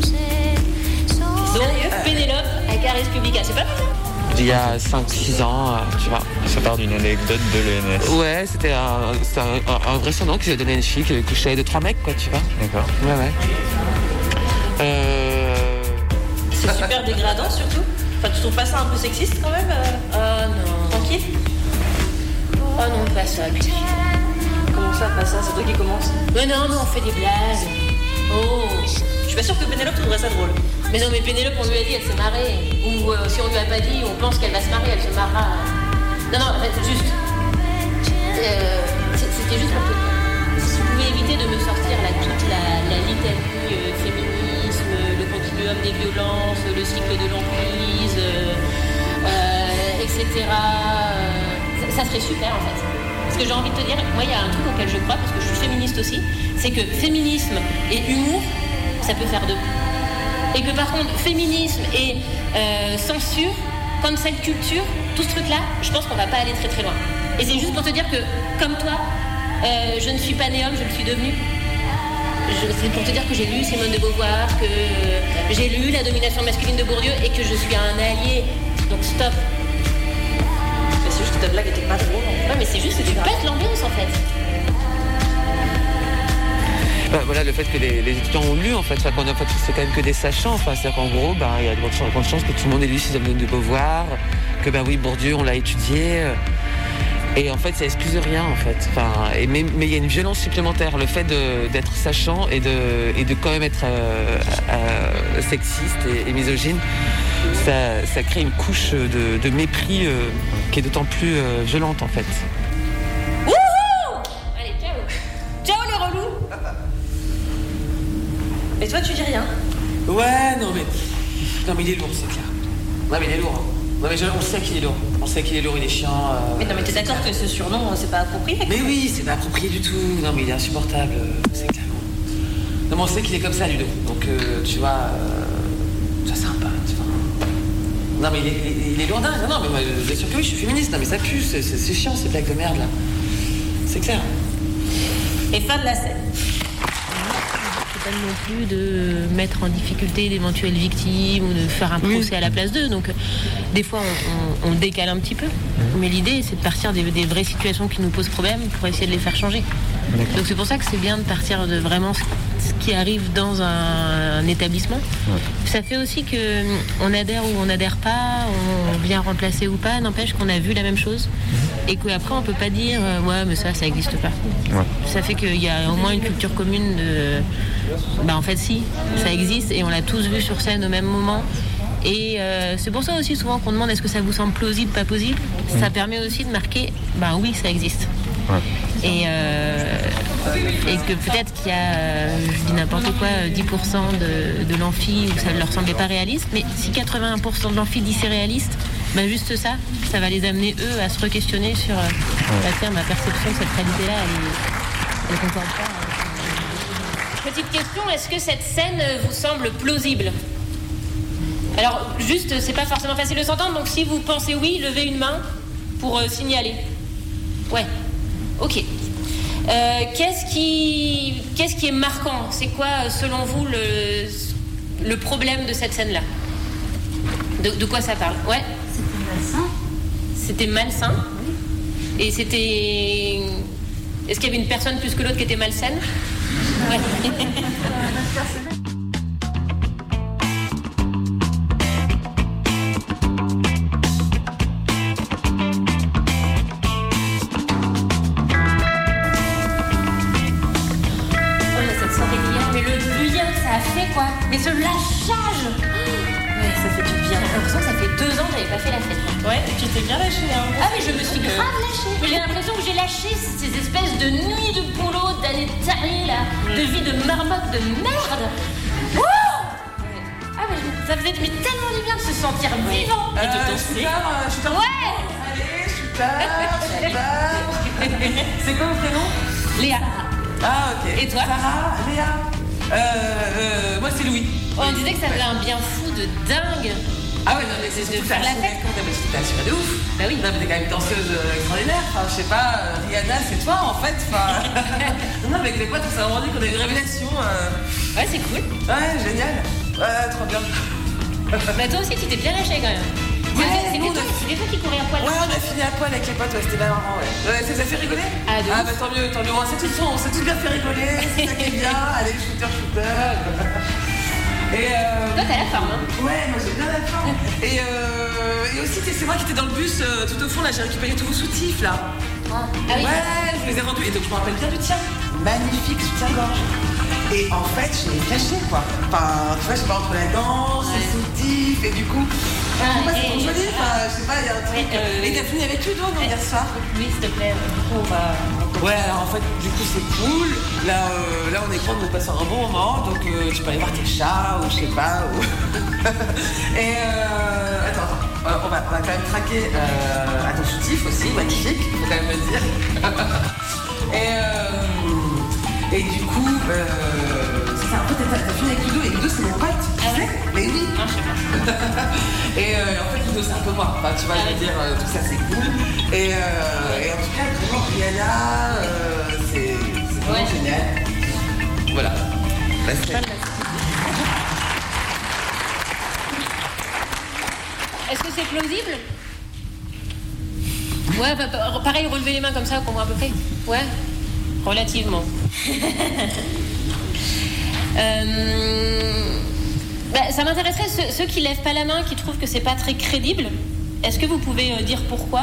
Donc, Pénélope à Res Publica, c'est pas mal, hein. Il y a cinq six ans, euh, tu vois. Ça part d'une anecdote de l'E N S. Ouais, c'était un, c'était un, un, un vrai surnom qu'ils avaient donné à une fille qui avait couché avec deux, trois mecs, quoi, tu vois. D'accord. Ouais, ouais. Euh... C'est super dégradant, surtout. Enfin, tu trouves pas ça un peu sexiste, quand même euh... Oh non. Tranquille. Oh non, pas ça, puis. Comment ça, pas ça? C'est toi qui commence. Mais non, mais on fait des blagues. Oh. Je suis pas sûre que Pénélope trouverait ça drôle. Mais non, mais Pénélope, on lui a dit, elle s'est marrée. Ou euh, si on lui a pas dit, on pense qu'elle va se marier, elle se marrera. Non, non, juste. Euh, c'était juste pour te dire. Si vous pouvez éviter de me sortir là, toute la, la litanie euh, féminisme, le continuum des violences, le cycle de l'emprise, euh, euh, et cetera. Euh, ça, ça serait super en fait. Parce que j'ai envie de te dire, moi il y a un truc auquel je crois, parce que je suis féministe aussi, c'est que féminisme et humour, ça peut faire deux. Et que par contre, féminisme et euh, censure, cancel culture, tout ce truc-là, je pense qu'on va pas aller très très loin. Et c'est juste pour te dire que, comme toi, euh, je ne suis pas née homme, je le suis devenue. Je, c'est pour te dire que j'ai lu Simone de Beauvoir, que euh, j'ai lu La domination masculine de Bourdieu et que je suis un allié. Donc stop. Mais c'est juste que ta blague était pas drôle. Ouais, mais c'est juste que tu pètes l'ambiance en fait. Bah, voilà, le fait que les, les étudiants ont lu, en fait, enfin, qu'on a, en fait, c'est quand même que des sachants. Enfin, c'est-à-dire qu'en gros, bah, il y a de grandes chances que tout le monde ait lu Simone de Beauvoir, que ben bah, oui, Bourdieu, on l'a étudié. Et en fait, ça excuse rien, en fait. Enfin, et mais il y a une violence supplémentaire, le fait de, d'être sachant et de, et de quand même être euh, euh, sexiste et, et misogyne. Ça, ça crée une couche de, de mépris euh, qui est d'autant plus euh, violente, en fait. Allez, ciao. Ciao les relous. Et toi, tu dis rien? Ouais, non mais... Non mais il est lourd, c'est clair. Ouais mais il est lourd. Hein. Non mais je, on sait qu'il est lourd, on sait qu'il est lourd, il est chiant. Euh, mais non mais t'es d'accord que ce surnom, c'est pas approprié? Mais oui, c'est pas approprié du tout. Non mais il est insupportable, c'est clairement. Non mais on sait qu'il est comme ça, Ludo. Donc euh, tu vois, euh, c'est sympa, tu vois. Non mais il est, il est, il est lourdin. Non, non mais moi, bien sûr que oui, je suis féministe. Non mais ça pue, c'est, c'est, c'est chiant ces blagues de merde là. C'est clair. Et fin de la scène. Non plus de mettre en difficulté d'éventuelles victimes ou de faire un procès oui. à la place d'eux. Donc, des fois, on, on, on décale un petit peu. Mais l'idée, c'est de partir des, des vraies situations qui nous posent problème pour essayer de les faire changer. D'accord. Donc, c'est pour ça que c'est bien de partir de vraiment ce, ce qui arrive dans un, un établissement. Ouais. Ça fait aussi qu'on adhère ou on n'adhère pas, on vient remplacer ou pas, n'empêche qu'on a vu la même chose. Et qu'après, on peut pas dire euh, ouais, mais ça, ça n'existe pas. Ouais. Ça fait qu'il y a au moins une culture commune de. Bah, en fait, si, ça existe et on l'a tous vu sur scène au même moment. Et euh, c'est pour ça aussi souvent qu'on demande est-ce que ça vous semble plausible, pas plausible. Mmh. Ça permet aussi de marquer bah oui, ça existe. Ouais. Et, euh, et que peut-être qu'il y a, euh, je dis n'importe quoi, dix pour cent de, de l'amphi où ça ne leur semblait pas réaliste. Mais si quatre-vingts pour cent de l'amphi dit c'est réaliste, bah juste ça, ça va les amener eux à se re-questionner sur euh, ouais. la terme, ma perception de cette réalité-là, elle ne concorde pas. Petite question, est-ce que cette scène vous semble plausible? Alors, juste, c'est pas forcément facile de s'entendre, donc si vous pensez oui, levez une main pour euh, signaler. Ouais, ok. Euh, qu'est-ce qui, qu'est-ce qui est marquant? C'est quoi, selon vous, le, le problème de cette scène-là? de, de quoi ça parle? Ouais. C'était malsain. C'était malsain? Oui. Et c'était... Est-ce qu'il y avait une personne plus que l'autre qui était malsaine? Ouais. Mais ce lâchage! Ouais, ça fait du bien. J'ai l'impression que ça fait deux ans que j'avais pas fait la fête. Ouais, tu t'es bien lâché, hein. Ah, mais je me suis grave lâchée. Mais j'ai l'impression que j'ai lâché ces espèces de nuits de boulot, d'années tarées, là, mm. de vie de marmotte de merde. Ouh! Ouais. Ah, mais ça faisait mais tellement du bien de se sentir ouais. vivant euh, et de danser. Super, euh, super. Ouais! Allez, super, super. C'est quoi vos prénoms? Léa. Ah, ok. Et toi? Sarah, Léa. Euh, euh, moi c'est Louis. Oh, on disait que ça faisait un bien fou de dingue. Ah ouais, non mais c'est de faire la fête quand même, c'était assuré de ouf. Bah oui. Non mais t'es quand même une danseuse extraordinaire. Enfin, je sais pas, Rihanna c'est toi en fait. Enfin... non mais avec les potes on s'est vraiment dit qu'on a une révélation. Euh... Ouais, c'est cool. Ouais, génial. Ouais, trop bien. Bah toi aussi tu t'es bien lâché quand même. Ouais, c'est toi, a... toi qui courais à poil. Ouais, on a fini à poil avec les potes, ouais, c'était bien marrant, ouais. ouais ça, ça fait rigoler? Ah, ah bah tant mieux, tant mieux. On s'est tous, on s'est tous bien fait rigoler, c'est ça qui est bien. Allez, shooter, shooter. Et euh... Toi, t'as la forme, hein? Ouais, moi j'ai bien la forme. Et, euh... et aussi, c'est moi qui étais dans le bus euh, tout au fond, là, j'ai récupéré tous vos soutifs, là. Ah, ah oui? Ouais, je les ai rendus. Et donc, je me rappelle bien du tien. Magnifique soutien-gorge. Et en fait, je l'ai caché, quoi. Enfin, tu vois, je sais pas, entre la danse, ouais. les soutifs, et du coup. Ah, ouais, c'est trop joli, enfin, je sais pas, il y a un truc. Euh, et t'as fini avec Ludo, non, hier soir? Oui, s'il te plaît, du coup, on va. Ouais, alors en fait, du coup, c'est cool. Là, euh, là on est content de passer un bon moment, donc euh, tu peux aller voir tes chats, ou je sais pas. Ou... et euh. Attends, attends. On va, on va quand même traquer euh, à ton soutif aussi, magnifique, faut quand même le dire. et euh. Et du coup, euh. C'est un peu, t'as fini avec Ludo, et Ludo c'est mon pote, tu ah sais ouais. Mais oui. Non, je sais pas. Et euh, en fait, Ludo c'est un peu moi, enfin, tu vois, je veux dire, euh, tout ça c'est cool. Et, euh, et en tout cas, vraiment, Rihanna, euh, c'est vraiment ouais. génial. Voilà. Bah, est-ce que c'est plausible? Ouais, bah, pareil, relevez les mains comme ça, qu'on voit à peu près. Ouais, relativement. Euh, bah, ça m'intéresserait ceux, ceux qui lèvent pas la main, qui trouvent que c'est pas très crédible. Est-ce que vous pouvez euh, dire pourquoi?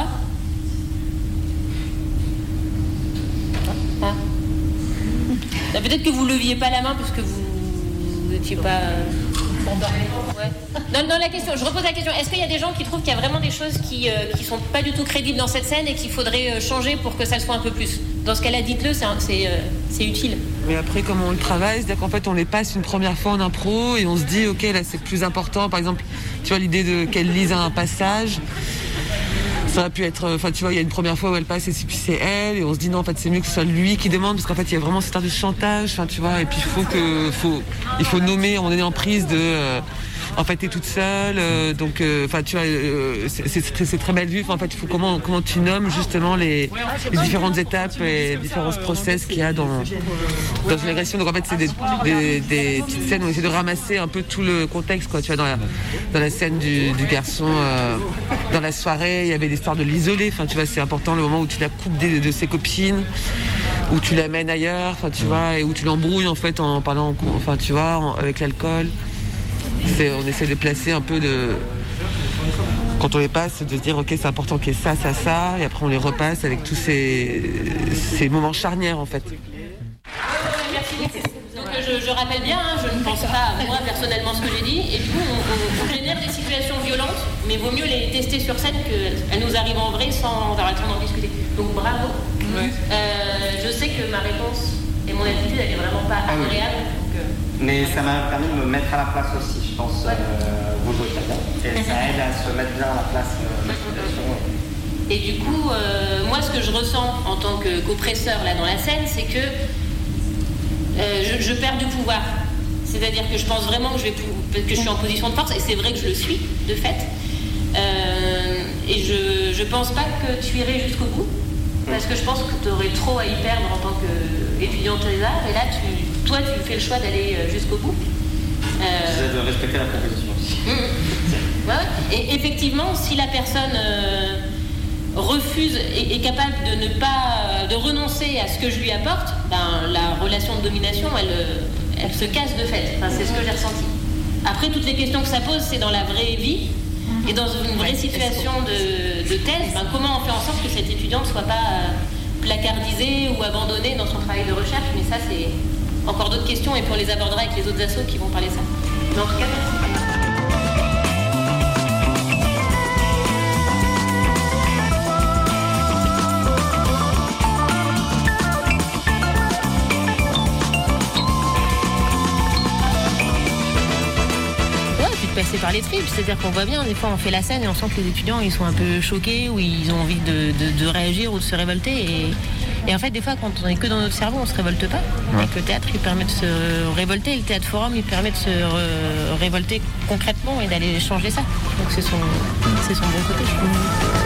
Ah. Bah, peut-être que vous leviez pas la main parce que vous n'étiez pas. Euh... Ouais. Dans, dans la question, je repose la question. Est-ce qu'il y a des gens qui trouvent qu'il y a vraiment des choses qui, euh, qui sont pas du tout crédibles dans cette scène et qu'il faudrait euh, changer pour que ça le soit un peu plus? Dans ce cas-là, dites-le, c'est, c'est, euh, c'est utile. Mais après, comment on le travaille, c'est-à-dire qu'en fait, on les passe une première fois en impro et on se dit, ok, là, c'est plus important. Par exemple, tu vois, l'idée de qu'elle lise un passage, ça aurait pu être, enfin, tu vois, il y a une première fois où elle passe et puis c'est elle, et on se dit non, en fait, c'est mieux que ce soit lui qui demande, parce qu'en fait, il y a vraiment cette histoire de chantage, enfin, tu vois, et puis il faut que, faut, il faut nommer, on est en prise de. Euh, En fait, t'es toute seule, euh, donc, enfin, euh, tu vois, euh, c'est, c'est, c'est très mal vu. En fait, il faut comment, comment tu nommes justement les, les différentes étapes et les différents process qu'il y a dans, dans une agression. Donc, en fait, c'est des, des, des petites scènes où on essaie de ramasser un peu tout le contexte, quoi. Tu vois, dans la, dans la scène du, du garçon, euh, dans la soirée, il y avait l'histoire de l'isoler. Enfin, tu vois, c'est important le moment où tu la coupes de, de ses copines, où tu l'amènes ailleurs, enfin, tu vois, et où tu l'embrouilles en fait en parlant, enfin, tu vois, en, avec l'alcool. C'est, on essaie de placer un peu de... Quand on les passe, de se dire ok, c'est important qu'il y ait ça, ça, ça, et après on les repasse avec tous ces, ces moments charnières en fait. Donc je, je rappelle bien, hein, je ne pense pas à moi personnellement ce que j'ai dit, et du coup on, on, on génère des situations violentes, mais vaut mieux les tester sur scène qu'elles nous arrivent en vrai sans avoir le temps d'en discuter. Donc bravo. Ouais. Euh, je sais que ma réponse et mon attitude elle est vraiment pas agréable. Donc, euh... Mais ça m'a permis de me mettre à la place aussi, je pense. Ouais. Euh, vous jouez très bien. Et ça aide à se mettre bien à la place euh, de la situation. Et du coup, euh, moi, ce que je ressens en tant que, qu'oppresseur là dans la scène, c'est que euh, je, je perds du pouvoir. C'est-à-dire que je pense vraiment que je, vais, que je suis en position de force, et c'est vrai que je le suis, de fait. Euh, et je ne pense pas que tu irais jusqu'au bout, parce que je pense que tu aurais trop à y perdre en tant qu'étudiante des arts, et là, tu... toi, tu fais le choix d'aller jusqu'au bout. Euh... C'est de respecter la proposition aussi. Mmh. Ouais, et effectivement, si la personne euh, refuse et est capable de ne pas, de renoncer à ce que je lui apporte, ben, la relation de domination, elle, elle se casse de fait. Enfin, c'est ce que j'ai ressenti. Après, toutes les questions que ça pose, c'est dans la vraie vie. Et dans une vraie situation de, de thèse, ben, comment on fait en sorte que cette étudiante ne soit pas euh, placardisée ou abandonnée dans son travail de recherche. Mais ça, c'est encore d'autres questions, et puis on les abordera avec les autres assos qui vont parler de ça. Mais en tout cas, merci. Passer par les tripes, c'est-à-dire qu'on voit bien, des fois on fait la scène et on sent que les étudiants ils sont un peu choqués ou ils ont envie de, de, de réagir ou de se révolter, et, et en fait des fois quand on est que dans notre cerveau on se révolte pas, ouais. Et que le théâtre il permet de se révolter, et le théâtre forum il permet de se re- révolter concrètement et d'aller changer ça, donc c'est son, c'est son bon côté, je trouve.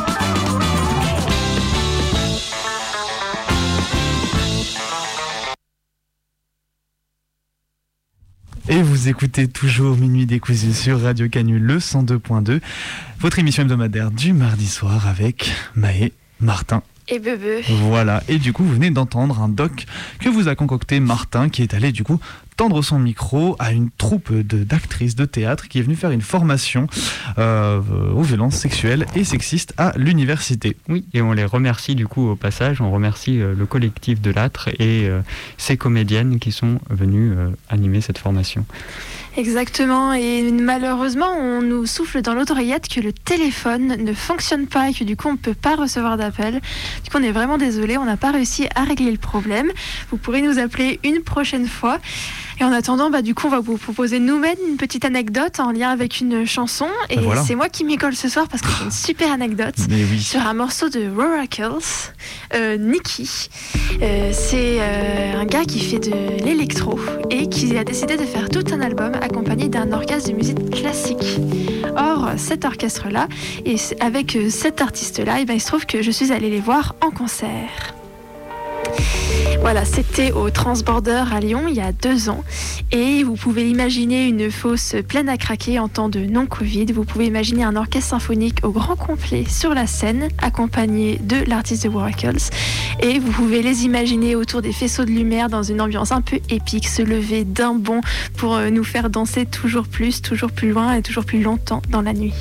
Et vous écoutez toujours Minuit décousu sur Radio Canu, le cent deux point deux, votre émission hebdomadaire du mardi soir avec Maë, Martin et Bebe. Voilà, et du coup vous venez d'entendre un doc que vous a concocté Martin, qui est allé du coup tendre son micro à une troupe de, d'actrices de théâtre qui est venue faire une formation euh, aux violences sexuelles et sexistes à l'université. Oui, et on les remercie du coup au passage, on remercie euh, le collectif de l'Âtre et euh, ces comédiennes qui sont venues euh, animer cette formation. Exactement, et malheureusement on nous souffle dans l'oreillette que le téléphone ne fonctionne pas et que du coup on ne peut pas recevoir d'appel. Du coup on est vraiment désolé, on n'a pas réussi à régler le problème. Vous pourrez nous appeler une prochaine fois. Et en attendant, bah, du coup, on va vous proposer nous-mêmes une petite anecdote en lien avec une chanson. Et voilà. C'est moi qui m'y colle ce soir parce que j'ai une super anecdote oui. sur un morceau de Oracles, euh, Nicky. Euh, c'est euh, un gars qui fait de l'électro et qui a décidé de faire tout un album accompagné d'un orchestre de musique classique. Or, cet orchestre-là, et avec cet artiste-là, et ben, il se trouve que je suis allée les voir en concert. Voilà, c'était au Transborder à Lyon il y a deux ans, et vous pouvez imaginer une fosse pleine à craquer en temps de non-Covid. Vous pouvez imaginer un orchestre symphonique au grand complet sur la scène, accompagné de l'artiste de Oracles, et vous pouvez les imaginer autour des faisceaux de lumière dans une ambiance un peu épique, se lever d'un bond pour nous faire danser toujours plus, toujours plus loin et toujours plus longtemps dans la nuit.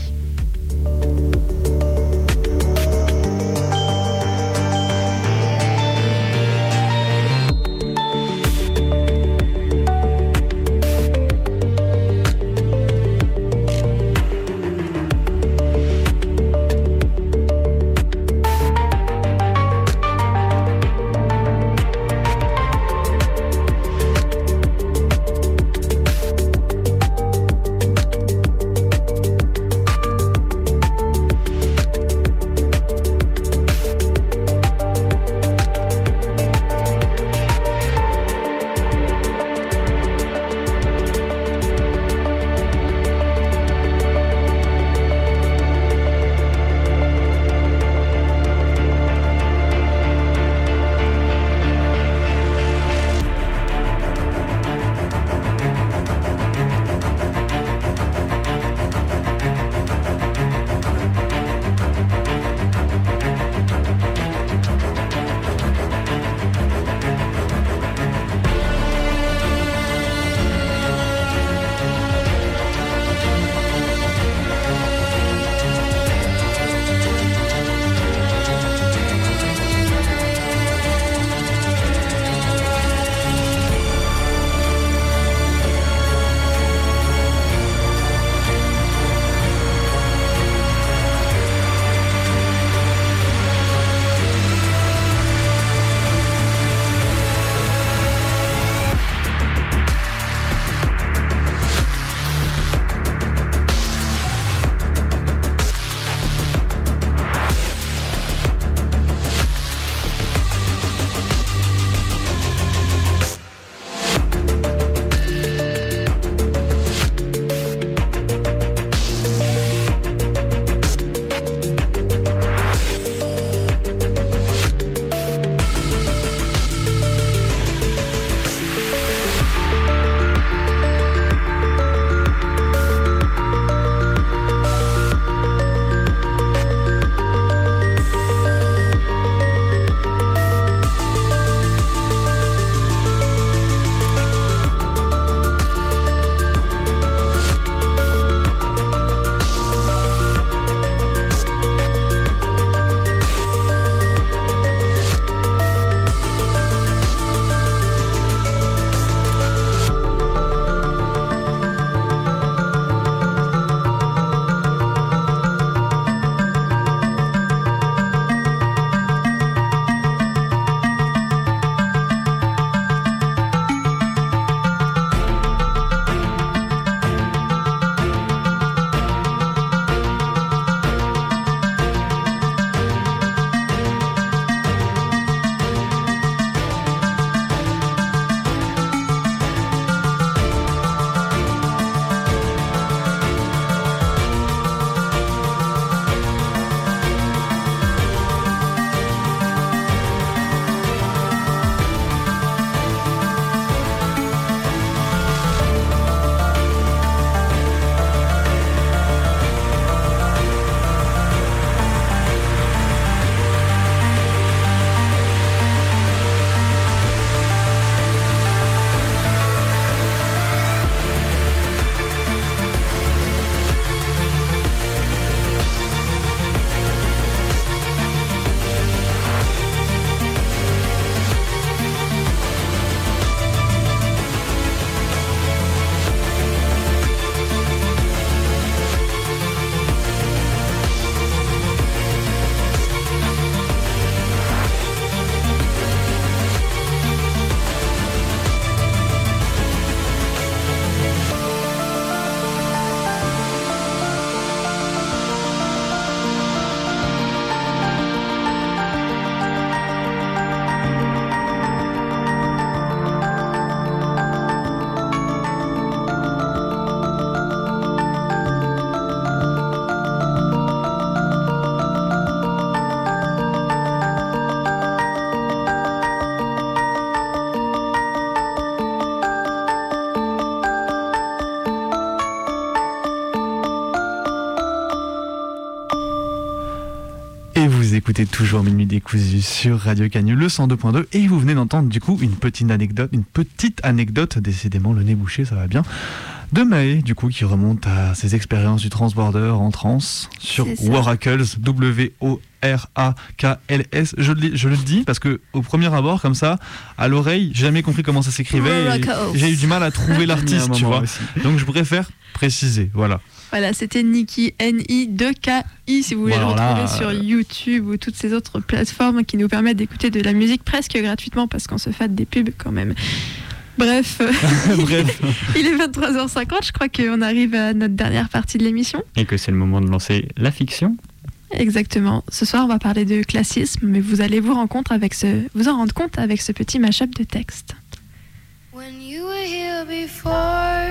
Vous écoutez toujours Minuit décousu sur Radio Canu, le cent deux point deux, et vous venez d'entendre du coup une petite anecdote, une petite anecdote, décidément le nez bouché, ça va bien, de Maë, du coup, qui remonte à ses expériences du transborder en trance sur Waracles, W O R A K L S. Je, je le dis parce que au premier abord, comme ça, à l'oreille, j'ai jamais compris comment ça s'écrivait. Et j'ai eu du mal à trouver l'artiste, tu vois. Aussi. Donc je préfère préciser, voilà. Voilà, c'était Niki, N I deux K I, si vous voulez bon, le retrouver là, sur euh... YouTube ou toutes ces autres plateformes qui nous permettent d'écouter de la musique presque gratuitement parce qu'on se fait des pubs quand même. Bref, Bref. Il est vingt-trois heures cinquante, je crois qu'on arrive à notre dernière partie de l'émission. Et que c'est le moment de lancer la fiction. Exactement. Ce soir, on va parler de classisme, mais vous allez vous, rencontre avec ce, vous en rendre compte avec ce petit mash-up de texte. When you were here before,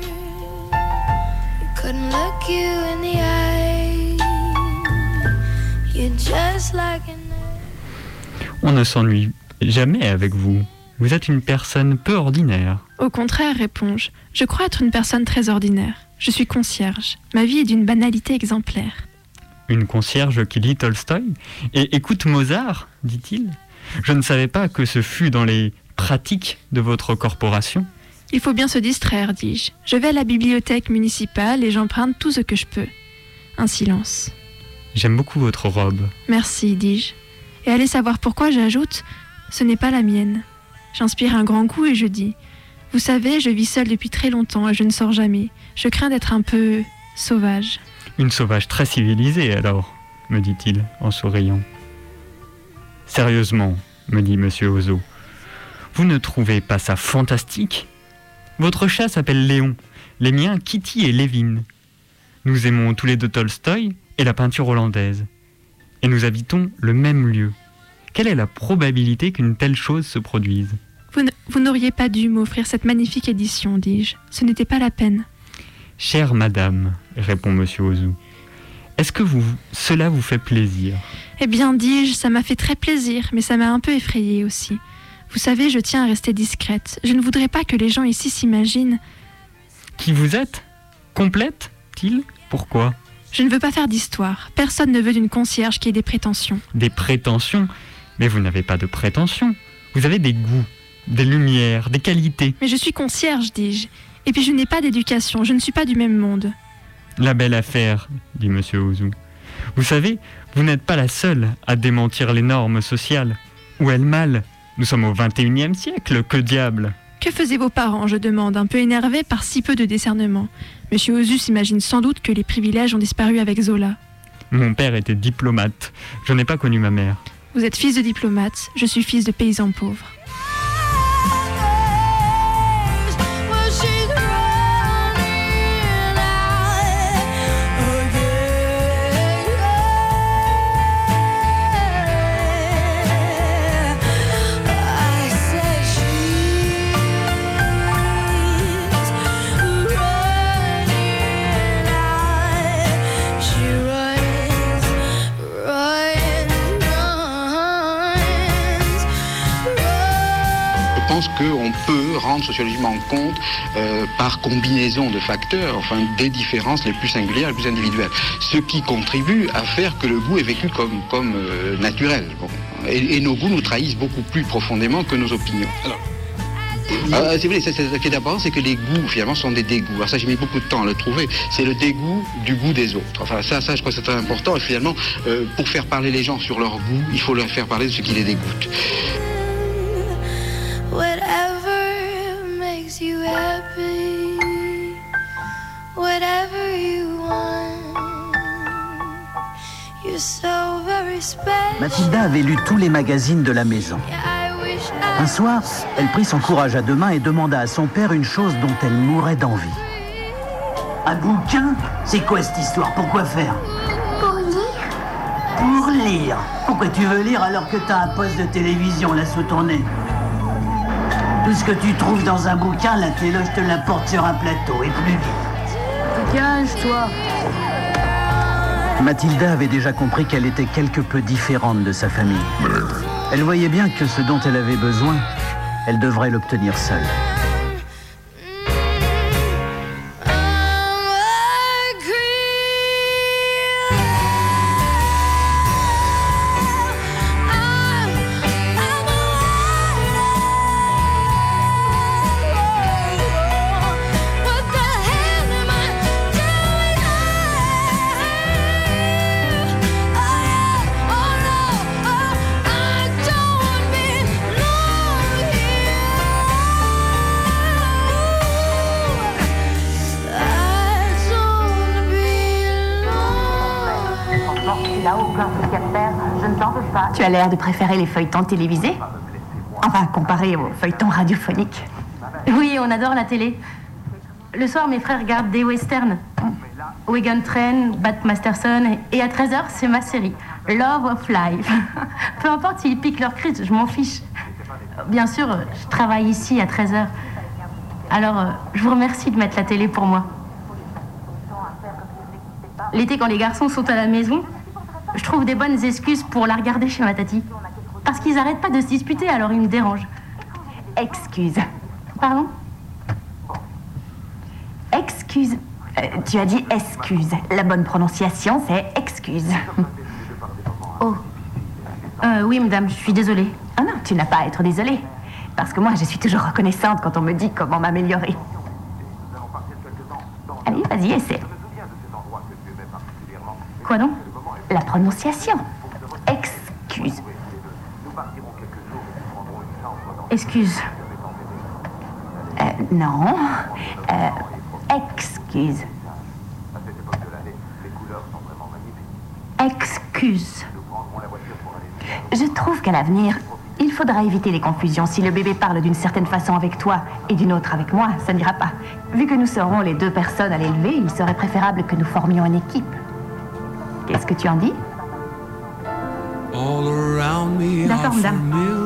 couldn't look you in the eye. You're just like an... On ne s'ennuie jamais avec vous. Vous êtes une personne peu ordinaire. Au contraire, réponds-je. Je crois être une personne très ordinaire. Je suis concierge. Ma vie est d'une banalité exemplaire. Une concierge qui lit Tolstoï et écoute Mozart, dit-il. Je ne savais pas que ce fût dans les pratiques de votre corporation. Il faut bien se distraire, dis-je. Je vais à la bibliothèque municipale et j'emprunte tout ce que je peux. Un silence. J'aime beaucoup votre robe. Merci, dis-je. Et allez savoir pourquoi j'ajoute, ce n'est pas la mienne. J'inspire un grand coup et je dis, vous savez, je vis seule depuis très longtemps et je ne sors jamais. Je crains d'être un peu sauvage. Une sauvage très civilisée alors, me dit-il en souriant. Sérieusement, me dit Monsieur Ozo, vous ne trouvez pas ça fantastique ? Votre chat s'appelle Léon, les miens Kitty et Lévin. Nous aimons tous les deux Tolstoï et la peinture hollandaise. Et nous habitons le même lieu. Quelle est la probabilité qu'une telle chose se produise ? Vous, n- vous n'auriez pas dû m'offrir cette magnifique édition, dis-je. Ce n'était pas la peine. Chère madame, répond Monsieur Ozu, est-ce que vous, cela vous fait plaisir ? Eh bien, dis-je, ça m'a fait très plaisir, mais ça m'a un peu effrayée aussi. Vous savez, je tiens à rester discrète. Je ne voudrais pas que les gens ici s'imaginent... Qui vous êtes ? Complète-t-il ? Pourquoi ? Je ne veux pas faire d'histoire. Personne ne veut d'une concierge qui ait des prétentions. Des prétentions ? Mais vous n'avez pas de prétentions. Vous avez des goûts, des lumières, des qualités. Mais je suis concierge, dis-je. Et puis je n'ai pas d'éducation, je ne suis pas du même monde. La belle affaire, dit Monsieur Ozu. Vous savez, vous n'êtes pas la seule à démentir les normes sociales. Où est le mal ? Nous sommes au vingt et unième siècle, que diable ? Que faisaient vos parents, je demande, un peu énervé par si peu de discernement. Monsieur Ozu s'imagine sans doute que les privilèges ont disparu avec Zola. Mon père était diplomate. Je n'ai pas connu ma mère. Vous êtes fils de diplomate, je suis fils de paysan pauvre. Je pense qu'on peut rendre sociologiquement compte euh, par combinaison de facteurs, enfin des différences les plus singulières, les plus individuelles, ce qui contribue à faire que le goût est vécu comme, comme euh, naturel. Bon. Et, et nos goûts nous trahissent beaucoup plus profondément que nos opinions. Alors, euh, c'est vrai, c'est, c'est, ce qui est important, c'est que les goûts finalement sont des dégoûts. Alors ça, j'ai mis beaucoup de temps à le trouver. C'est le dégoût du goût des autres. Enfin ça, ça je crois que c'est très important. Et finalement, euh, pour faire parler les gens sur leur goût, il faut leur faire parler de ce qui les dégoûte. Whatever makes you happy, whatever you want, you're so very special. Mathilda avait lu tous les magazines de la maison. Un soir, elle prit son courage à deux mains et demanda à son père une chose dont elle mourait d'envie. Un bouquin ? C'est quoi cette histoire ? Pourquoi faire ? Pour lire. Pour lire ? Pourquoi tu veux lire alors que t'as un poste de télévision là sous ton nez ? Tout ce que tu trouves dans un bouquin, la téloge te l'apporte sur un plateau, et plus vite. Gage-toi. Mathilda avait déjà compris qu'elle était quelque peu différente de sa famille. Elle voyait bien que ce dont elle avait besoin, elle devrait l'obtenir seule. n'importe, tu n'as aucun truc à faire, je ne t'en veux pas. Tu as l'air de préférer les feuilletons télévisés? Enfin, comparé aux feuilletons radiophoniques. Oui, on adore la télé. Le soir, mes frères regardent des westerns. Wagon Train, Bat Masterson, et à treize heures, c'est ma série, Love of Life. Peu importe s'ils piquent leur crise, je m'en fiche. Bien sûr, je travaille ici à treize heures. Alors, euh, je vous remercie de mettre la télé pour moi. L'été, quand les garçons sont à la maison, je trouve des bonnes excuses pour la regarder chez ma tati. Parce qu'ils n'arrêtent pas de se disputer, alors ils me dérangent. Excuse. Pardon? Excuse. Euh, tu as dit excuse. La bonne prononciation, c'est excuse. Oh. Euh, oui, madame, je suis désolée. Ah non, tu n'as pas à être désolée. Parce que moi, je suis toujours reconnaissante quand on me dit comment m'améliorer. Allez, vas-y, essaie. Quoi donc? La prononciation. Excuse. Excuse. Euh, non. Euh, excuse. Excuse. Je trouve qu'à l'avenir, il faudra éviter les confusions. Si le bébé parle d'une certaine façon avec toi et d'une autre avec moi, ça n'ira pas. Vu que nous serons les deux personnes à l'élever, il serait préférable que nous formions une équipe. Qu'est-ce que tu en dis? D'accord, madame.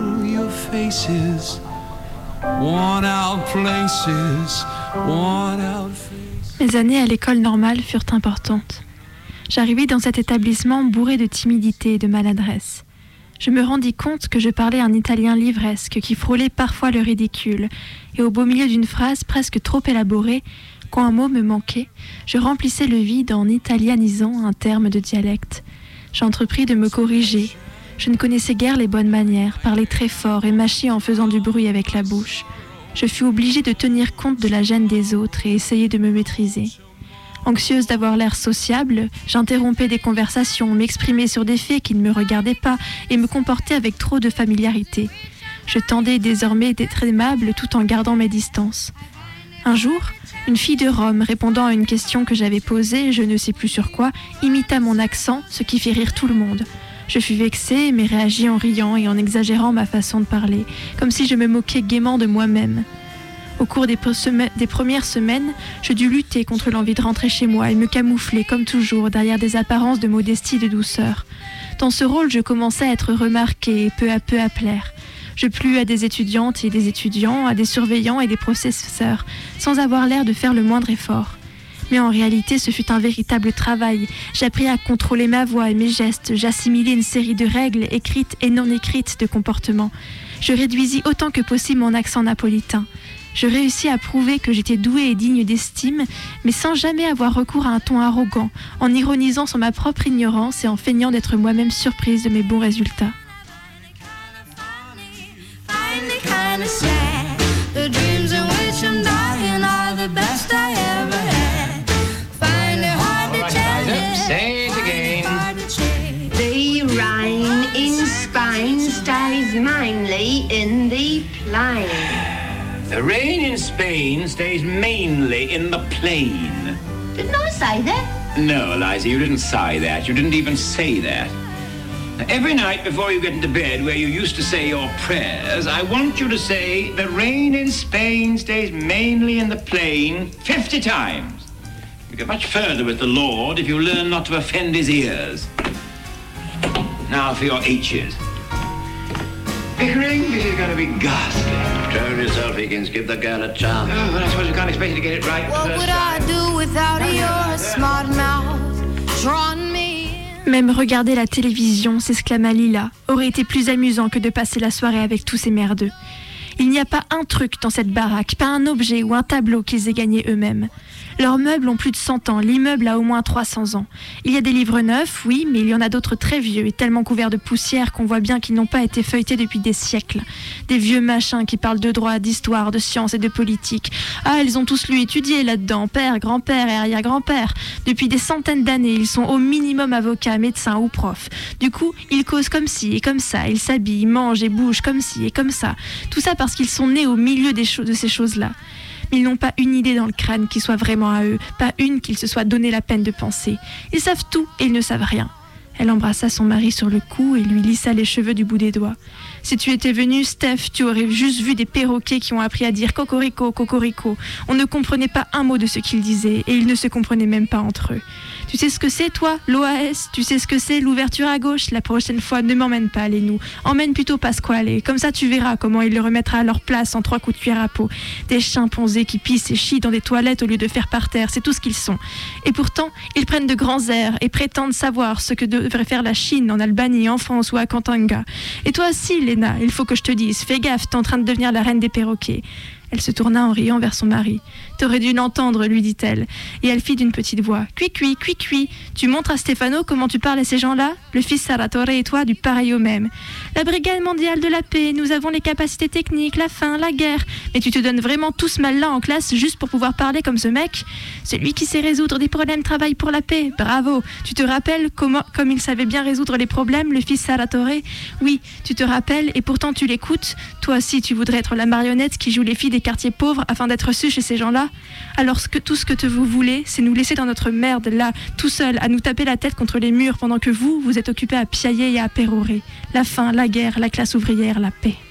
Mes années à l'école normale furent importantes. J'arrivai dans cet établissement bourré de timidité et de maladresse. Je me rendis compte que je parlais un italien livresque qui frôlait parfois le ridicule, et au beau milieu d'une phrase presque trop élaborée, quand un mot me manquait, je remplissais le vide en italianisant un terme de dialecte. J'entrepris de me corriger. Je ne connaissais guère les bonnes manières, parler très fort et mâcher en faisant du bruit avec la bouche. Je fus obligée de tenir compte de la gêne des autres et essayer de me maîtriser. Anxieuse d'avoir l'air sociable, j'interrompais des conversations, m'exprimais sur des faits qui ne me regardaient pas et me comportais avec trop de familiarité. Je tendais désormais d'être aimable tout en gardant mes distances. Un jour, une fille de Rome, répondant à une question que j'avais posée, je ne sais plus sur quoi, imita mon accent, ce qui fit rire tout le monde. Je fus vexée, mais réagis en riant et en exagérant ma façon de parler, comme si je me moquais gaiement de moi-même. Au cours des, pre- des premières semaines, je dus lutter contre l'envie de rentrer chez moi et me camoufler, comme toujours, derrière des apparences de modestie et de douceur. Dans ce rôle, je commençais à être remarquée et peu à peu à plaire. Je plus à des étudiantes et des étudiants, à des surveillants et des professeurs, sans avoir l'air de faire le moindre effort. Mais en réalité, ce fut un véritable travail. J'appris à contrôler ma voix et mes gestes, j'assimilais une série de règles écrites et non écrites de comportement. Je réduisis autant que possible mon accent napolitain. Je réussis à prouver que j'étais douée et digne d'estime, mais sans jamais avoir recours à un ton arrogant, en ironisant sur ma propre ignorance et en feignant d'être moi-même surprise de mes bons résultats. Say it again. The rain in Spain stays mainly in the plain. The rain in Spain stays mainly in the plain. Didn't I say that? No, Eliza, you didn't say that. You didn't even say that. Now, every night before you get into bed, where you used to say your prayers, I want you to say, the rain in Spain stays mainly in the plain fifty times. You get much further with the Lord if you learn not to offend his ears. Now for your H's. Pickering, this is going to be ghastly. Turn yourself, Higgins. Give the girl a chance. Oh, well, I suppose you can't expect you to get it right. What would I do without your smart mouth drawing me in? Même regarder la télévision, s'exclama Lila, aurait été plus amusant que de passer la soirée avec tous ces merdeux. Il n'y a pas un truc dans cette baraque, pas un objet ou un tableau qu'ils aient gagné eux-mêmes. Leurs meubles ont plus de cent ans, l'immeuble a au moins trois cents ans. Il y a des livres neufs, oui, mais il y en a d'autres très vieux et tellement couverts de poussière qu'on voit bien qu'ils n'ont pas été feuilletés depuis des siècles. Des vieux machins qui parlent de droit, d'histoire, de science et de politique. Ah, ils ont tous lu étudié là-dedans, père, grand-père et arrière-grand-père. Depuis des centaines d'années, ils sont au minimum avocats, médecins ou profs. Du coup, ils causent comme ci et comme ça, ils s'habillent, mangent et bougent comme ci et comme ça. Tout ça parce qu'ils sont nés au milieu des cho- de ces choses-là. Ils n'ont pas une idée dans le crâne qui soit vraiment à eux, pas une qu'ils se soient donné la peine de penser. Ils savent tout et ils ne savent rien. Elle embrassa son mari sur le cou et lui lissa les cheveux du bout des doigts. Si tu étais venu, Steph, tu aurais juste vu des perroquets qui ont appris à dire cocorico, cocorico. On ne comprenait pas un mot de ce qu'ils disaient et ils ne se comprenaient même pas entre eux. Tu sais ce que c'est, toi, l'O A S? Tu sais ce que c'est, l'ouverture à gauche? La prochaine fois, ne m'emmène pas, les nous. Emmène plutôt Pasquale. Comme ça, tu verras comment il le remettra à leur place en trois coups de cuillère à peau. Des chimpanzés qui pissent et chient dans des toilettes au lieu de faire par terre, c'est tout ce qu'ils sont. Et pourtant, ils prennent de grands airs et prétendent savoir ce que devrait faire la Chine en Albanie, en France ou à Kantanga. Et toi aussi, Léna, il faut que je te dise, fais gaffe, t'es en train de devenir la reine des perroquets. Elle se tourna en riant vers son mari. « T'aurais dû l'entendre, lui dit-elle. » Et elle fit d'une petite voix. « Cui-cui, cui-cui. Tu montres à Stefano comment tu parles à ces gens-là? Le fils Salvatore et toi, du pareil au même. La Brigade mondiale de la paix, nous avons les capacités techniques, la faim, la guerre. Mais tu te donnes vraiment tout ce mal-là en classe juste pour pouvoir parler comme ce mec? Celui qui sait résoudre des problèmes travaille pour la paix. Bravo. Tu te rappelles comment, comme il savait bien résoudre les problèmes, le fils Salvatore? Oui, tu te rappelles et pourtant tu l'écoutes. Toi aussi, tu voudrais être la marionnette qui joue les filles des quartiers pauvres afin d'être su chez ces gens-là? Alors ce que, tout ce que te vous voulez, c'est nous laisser dans notre merde, là, tout seul, à nous taper la tête contre les murs pendant que vous, vous êtes occupés à piailler et à pérorer. La faim, la guerre, la classe ouvrière, la paix.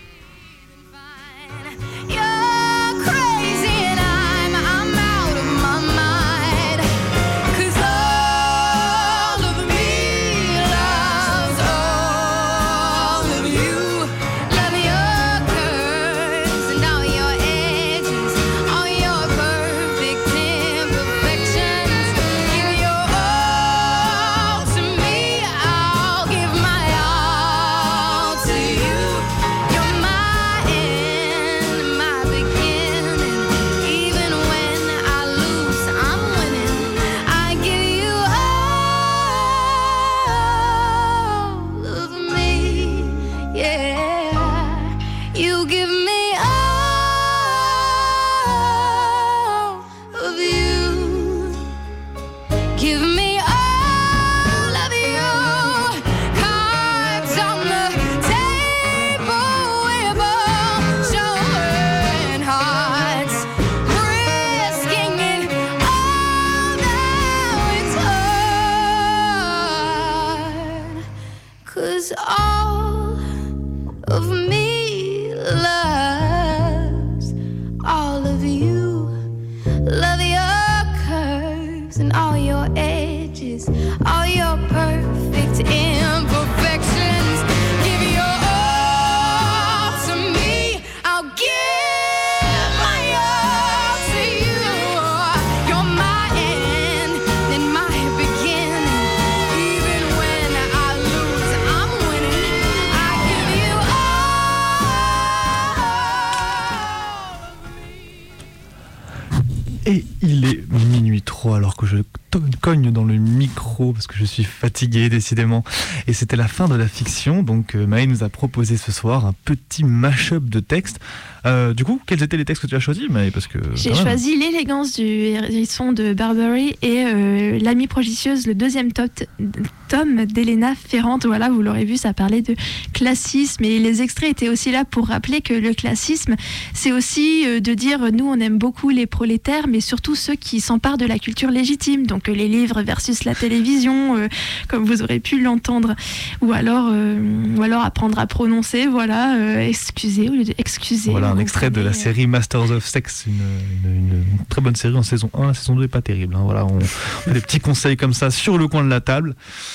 Et il est minuit trois alors que je cogne dans le micro parce que je suis fatigué décidément. Et c'était la fin de la fiction, donc euh, Maë nous a proposé ce soir un petit mash-up de textes. Euh, du coup, quels étaient les textes que tu as choisis, Maë? Parce que j'ai choisi L'élégance du hérisson de Barbary et euh, L'amie prodigieuse, le deuxième top, tome d'Elena Ferrante. Voilà, vous l'aurez vu, ça parlait de classisme et les extraits étaient aussi là pour rappeler que le classisme, c'est aussi euh, de dire nous on aime beaucoup les prolétaires, mais surtout ceux qui s'emparent de la culture légitime. Donc euh, les livres versus la télévision, euh, comme vous aurez pu l'entendre, ou alors, euh, ou alors apprendre à prononcer, voilà, euh, excuser au lieu de excuser. Voilà un extrait de la série Masters of Sex, une, une, une, une très bonne série en saison un, la saison deux est pas terrible. Hein. Voilà, on, on a des petits conseils comme ça sur le coin de la table.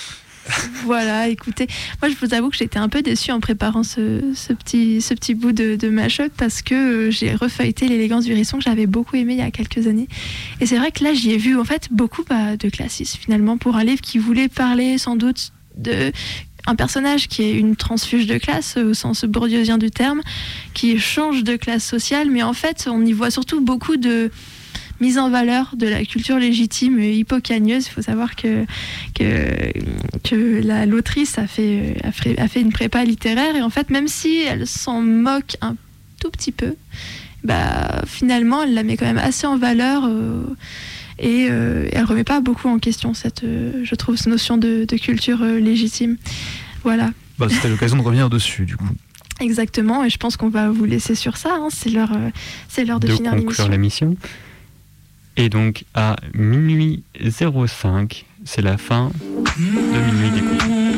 Voilà, écoutez, moi je vous avoue que j'étais un peu déçue en préparant ce, ce, petit, ce petit bout de, de mash-up parce que euh, j'ai refeuilleté L'élégance du hérisson que j'avais beaucoup aimé il y a quelques années. Et c'est vrai que là j'y ai vu en fait beaucoup bah, de classisme finalement pour un livre qui voulait parler sans doute de un personnage qui est une transfuge de classe au sens bourdieusien du terme, qui change de classe sociale, mais en fait on y voit surtout beaucoup de mise en valeur de la culture légitime et hippocagneuse. Il faut savoir que, que, que la, l'autrice a fait, a, fait, a fait une prépa littéraire et en fait même si elle s'en moque un tout petit peu, bah, finalement elle la met quand même assez en valeur euh, et euh, elle remet pas beaucoup en question cette, euh, je trouve, cette notion de, de culture euh, légitime. Voilà. Bah, c'était l'occasion de revenir dessus du coup. Exactement, et je pense qu'on va vous laisser sur ça, hein. c'est, l'heure, euh, c'est l'heure de, de finir conclure l'émission. Et donc à minuit zéro cinq, c'est la fin de Minuit Déco.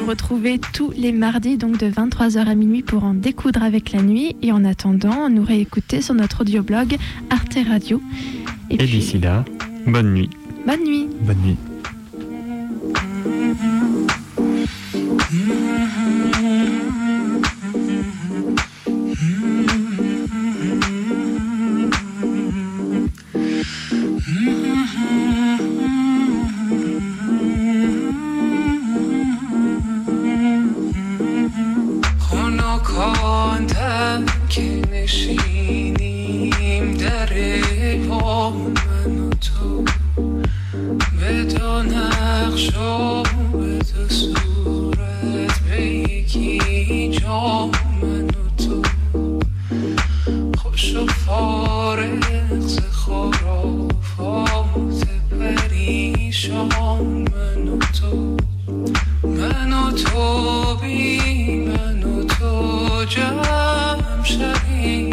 nous retrouver tous les mardis, donc de vingt-trois heures à minuit, pour en découdre avec la nuit. Et en attendant, nous réécouter sur notre audioblog Arte Radio. Et, et puis, d'ici là, bonne nuit. Bonne nuit. Bonne nuit. خنکاندم که نشینیم در پا من و تو به دو نقش و به دو صورت به یکی جا من و تو خوش و فارغ ز خرافات پریشان من و تو من و تو بی من و تو جمع شویم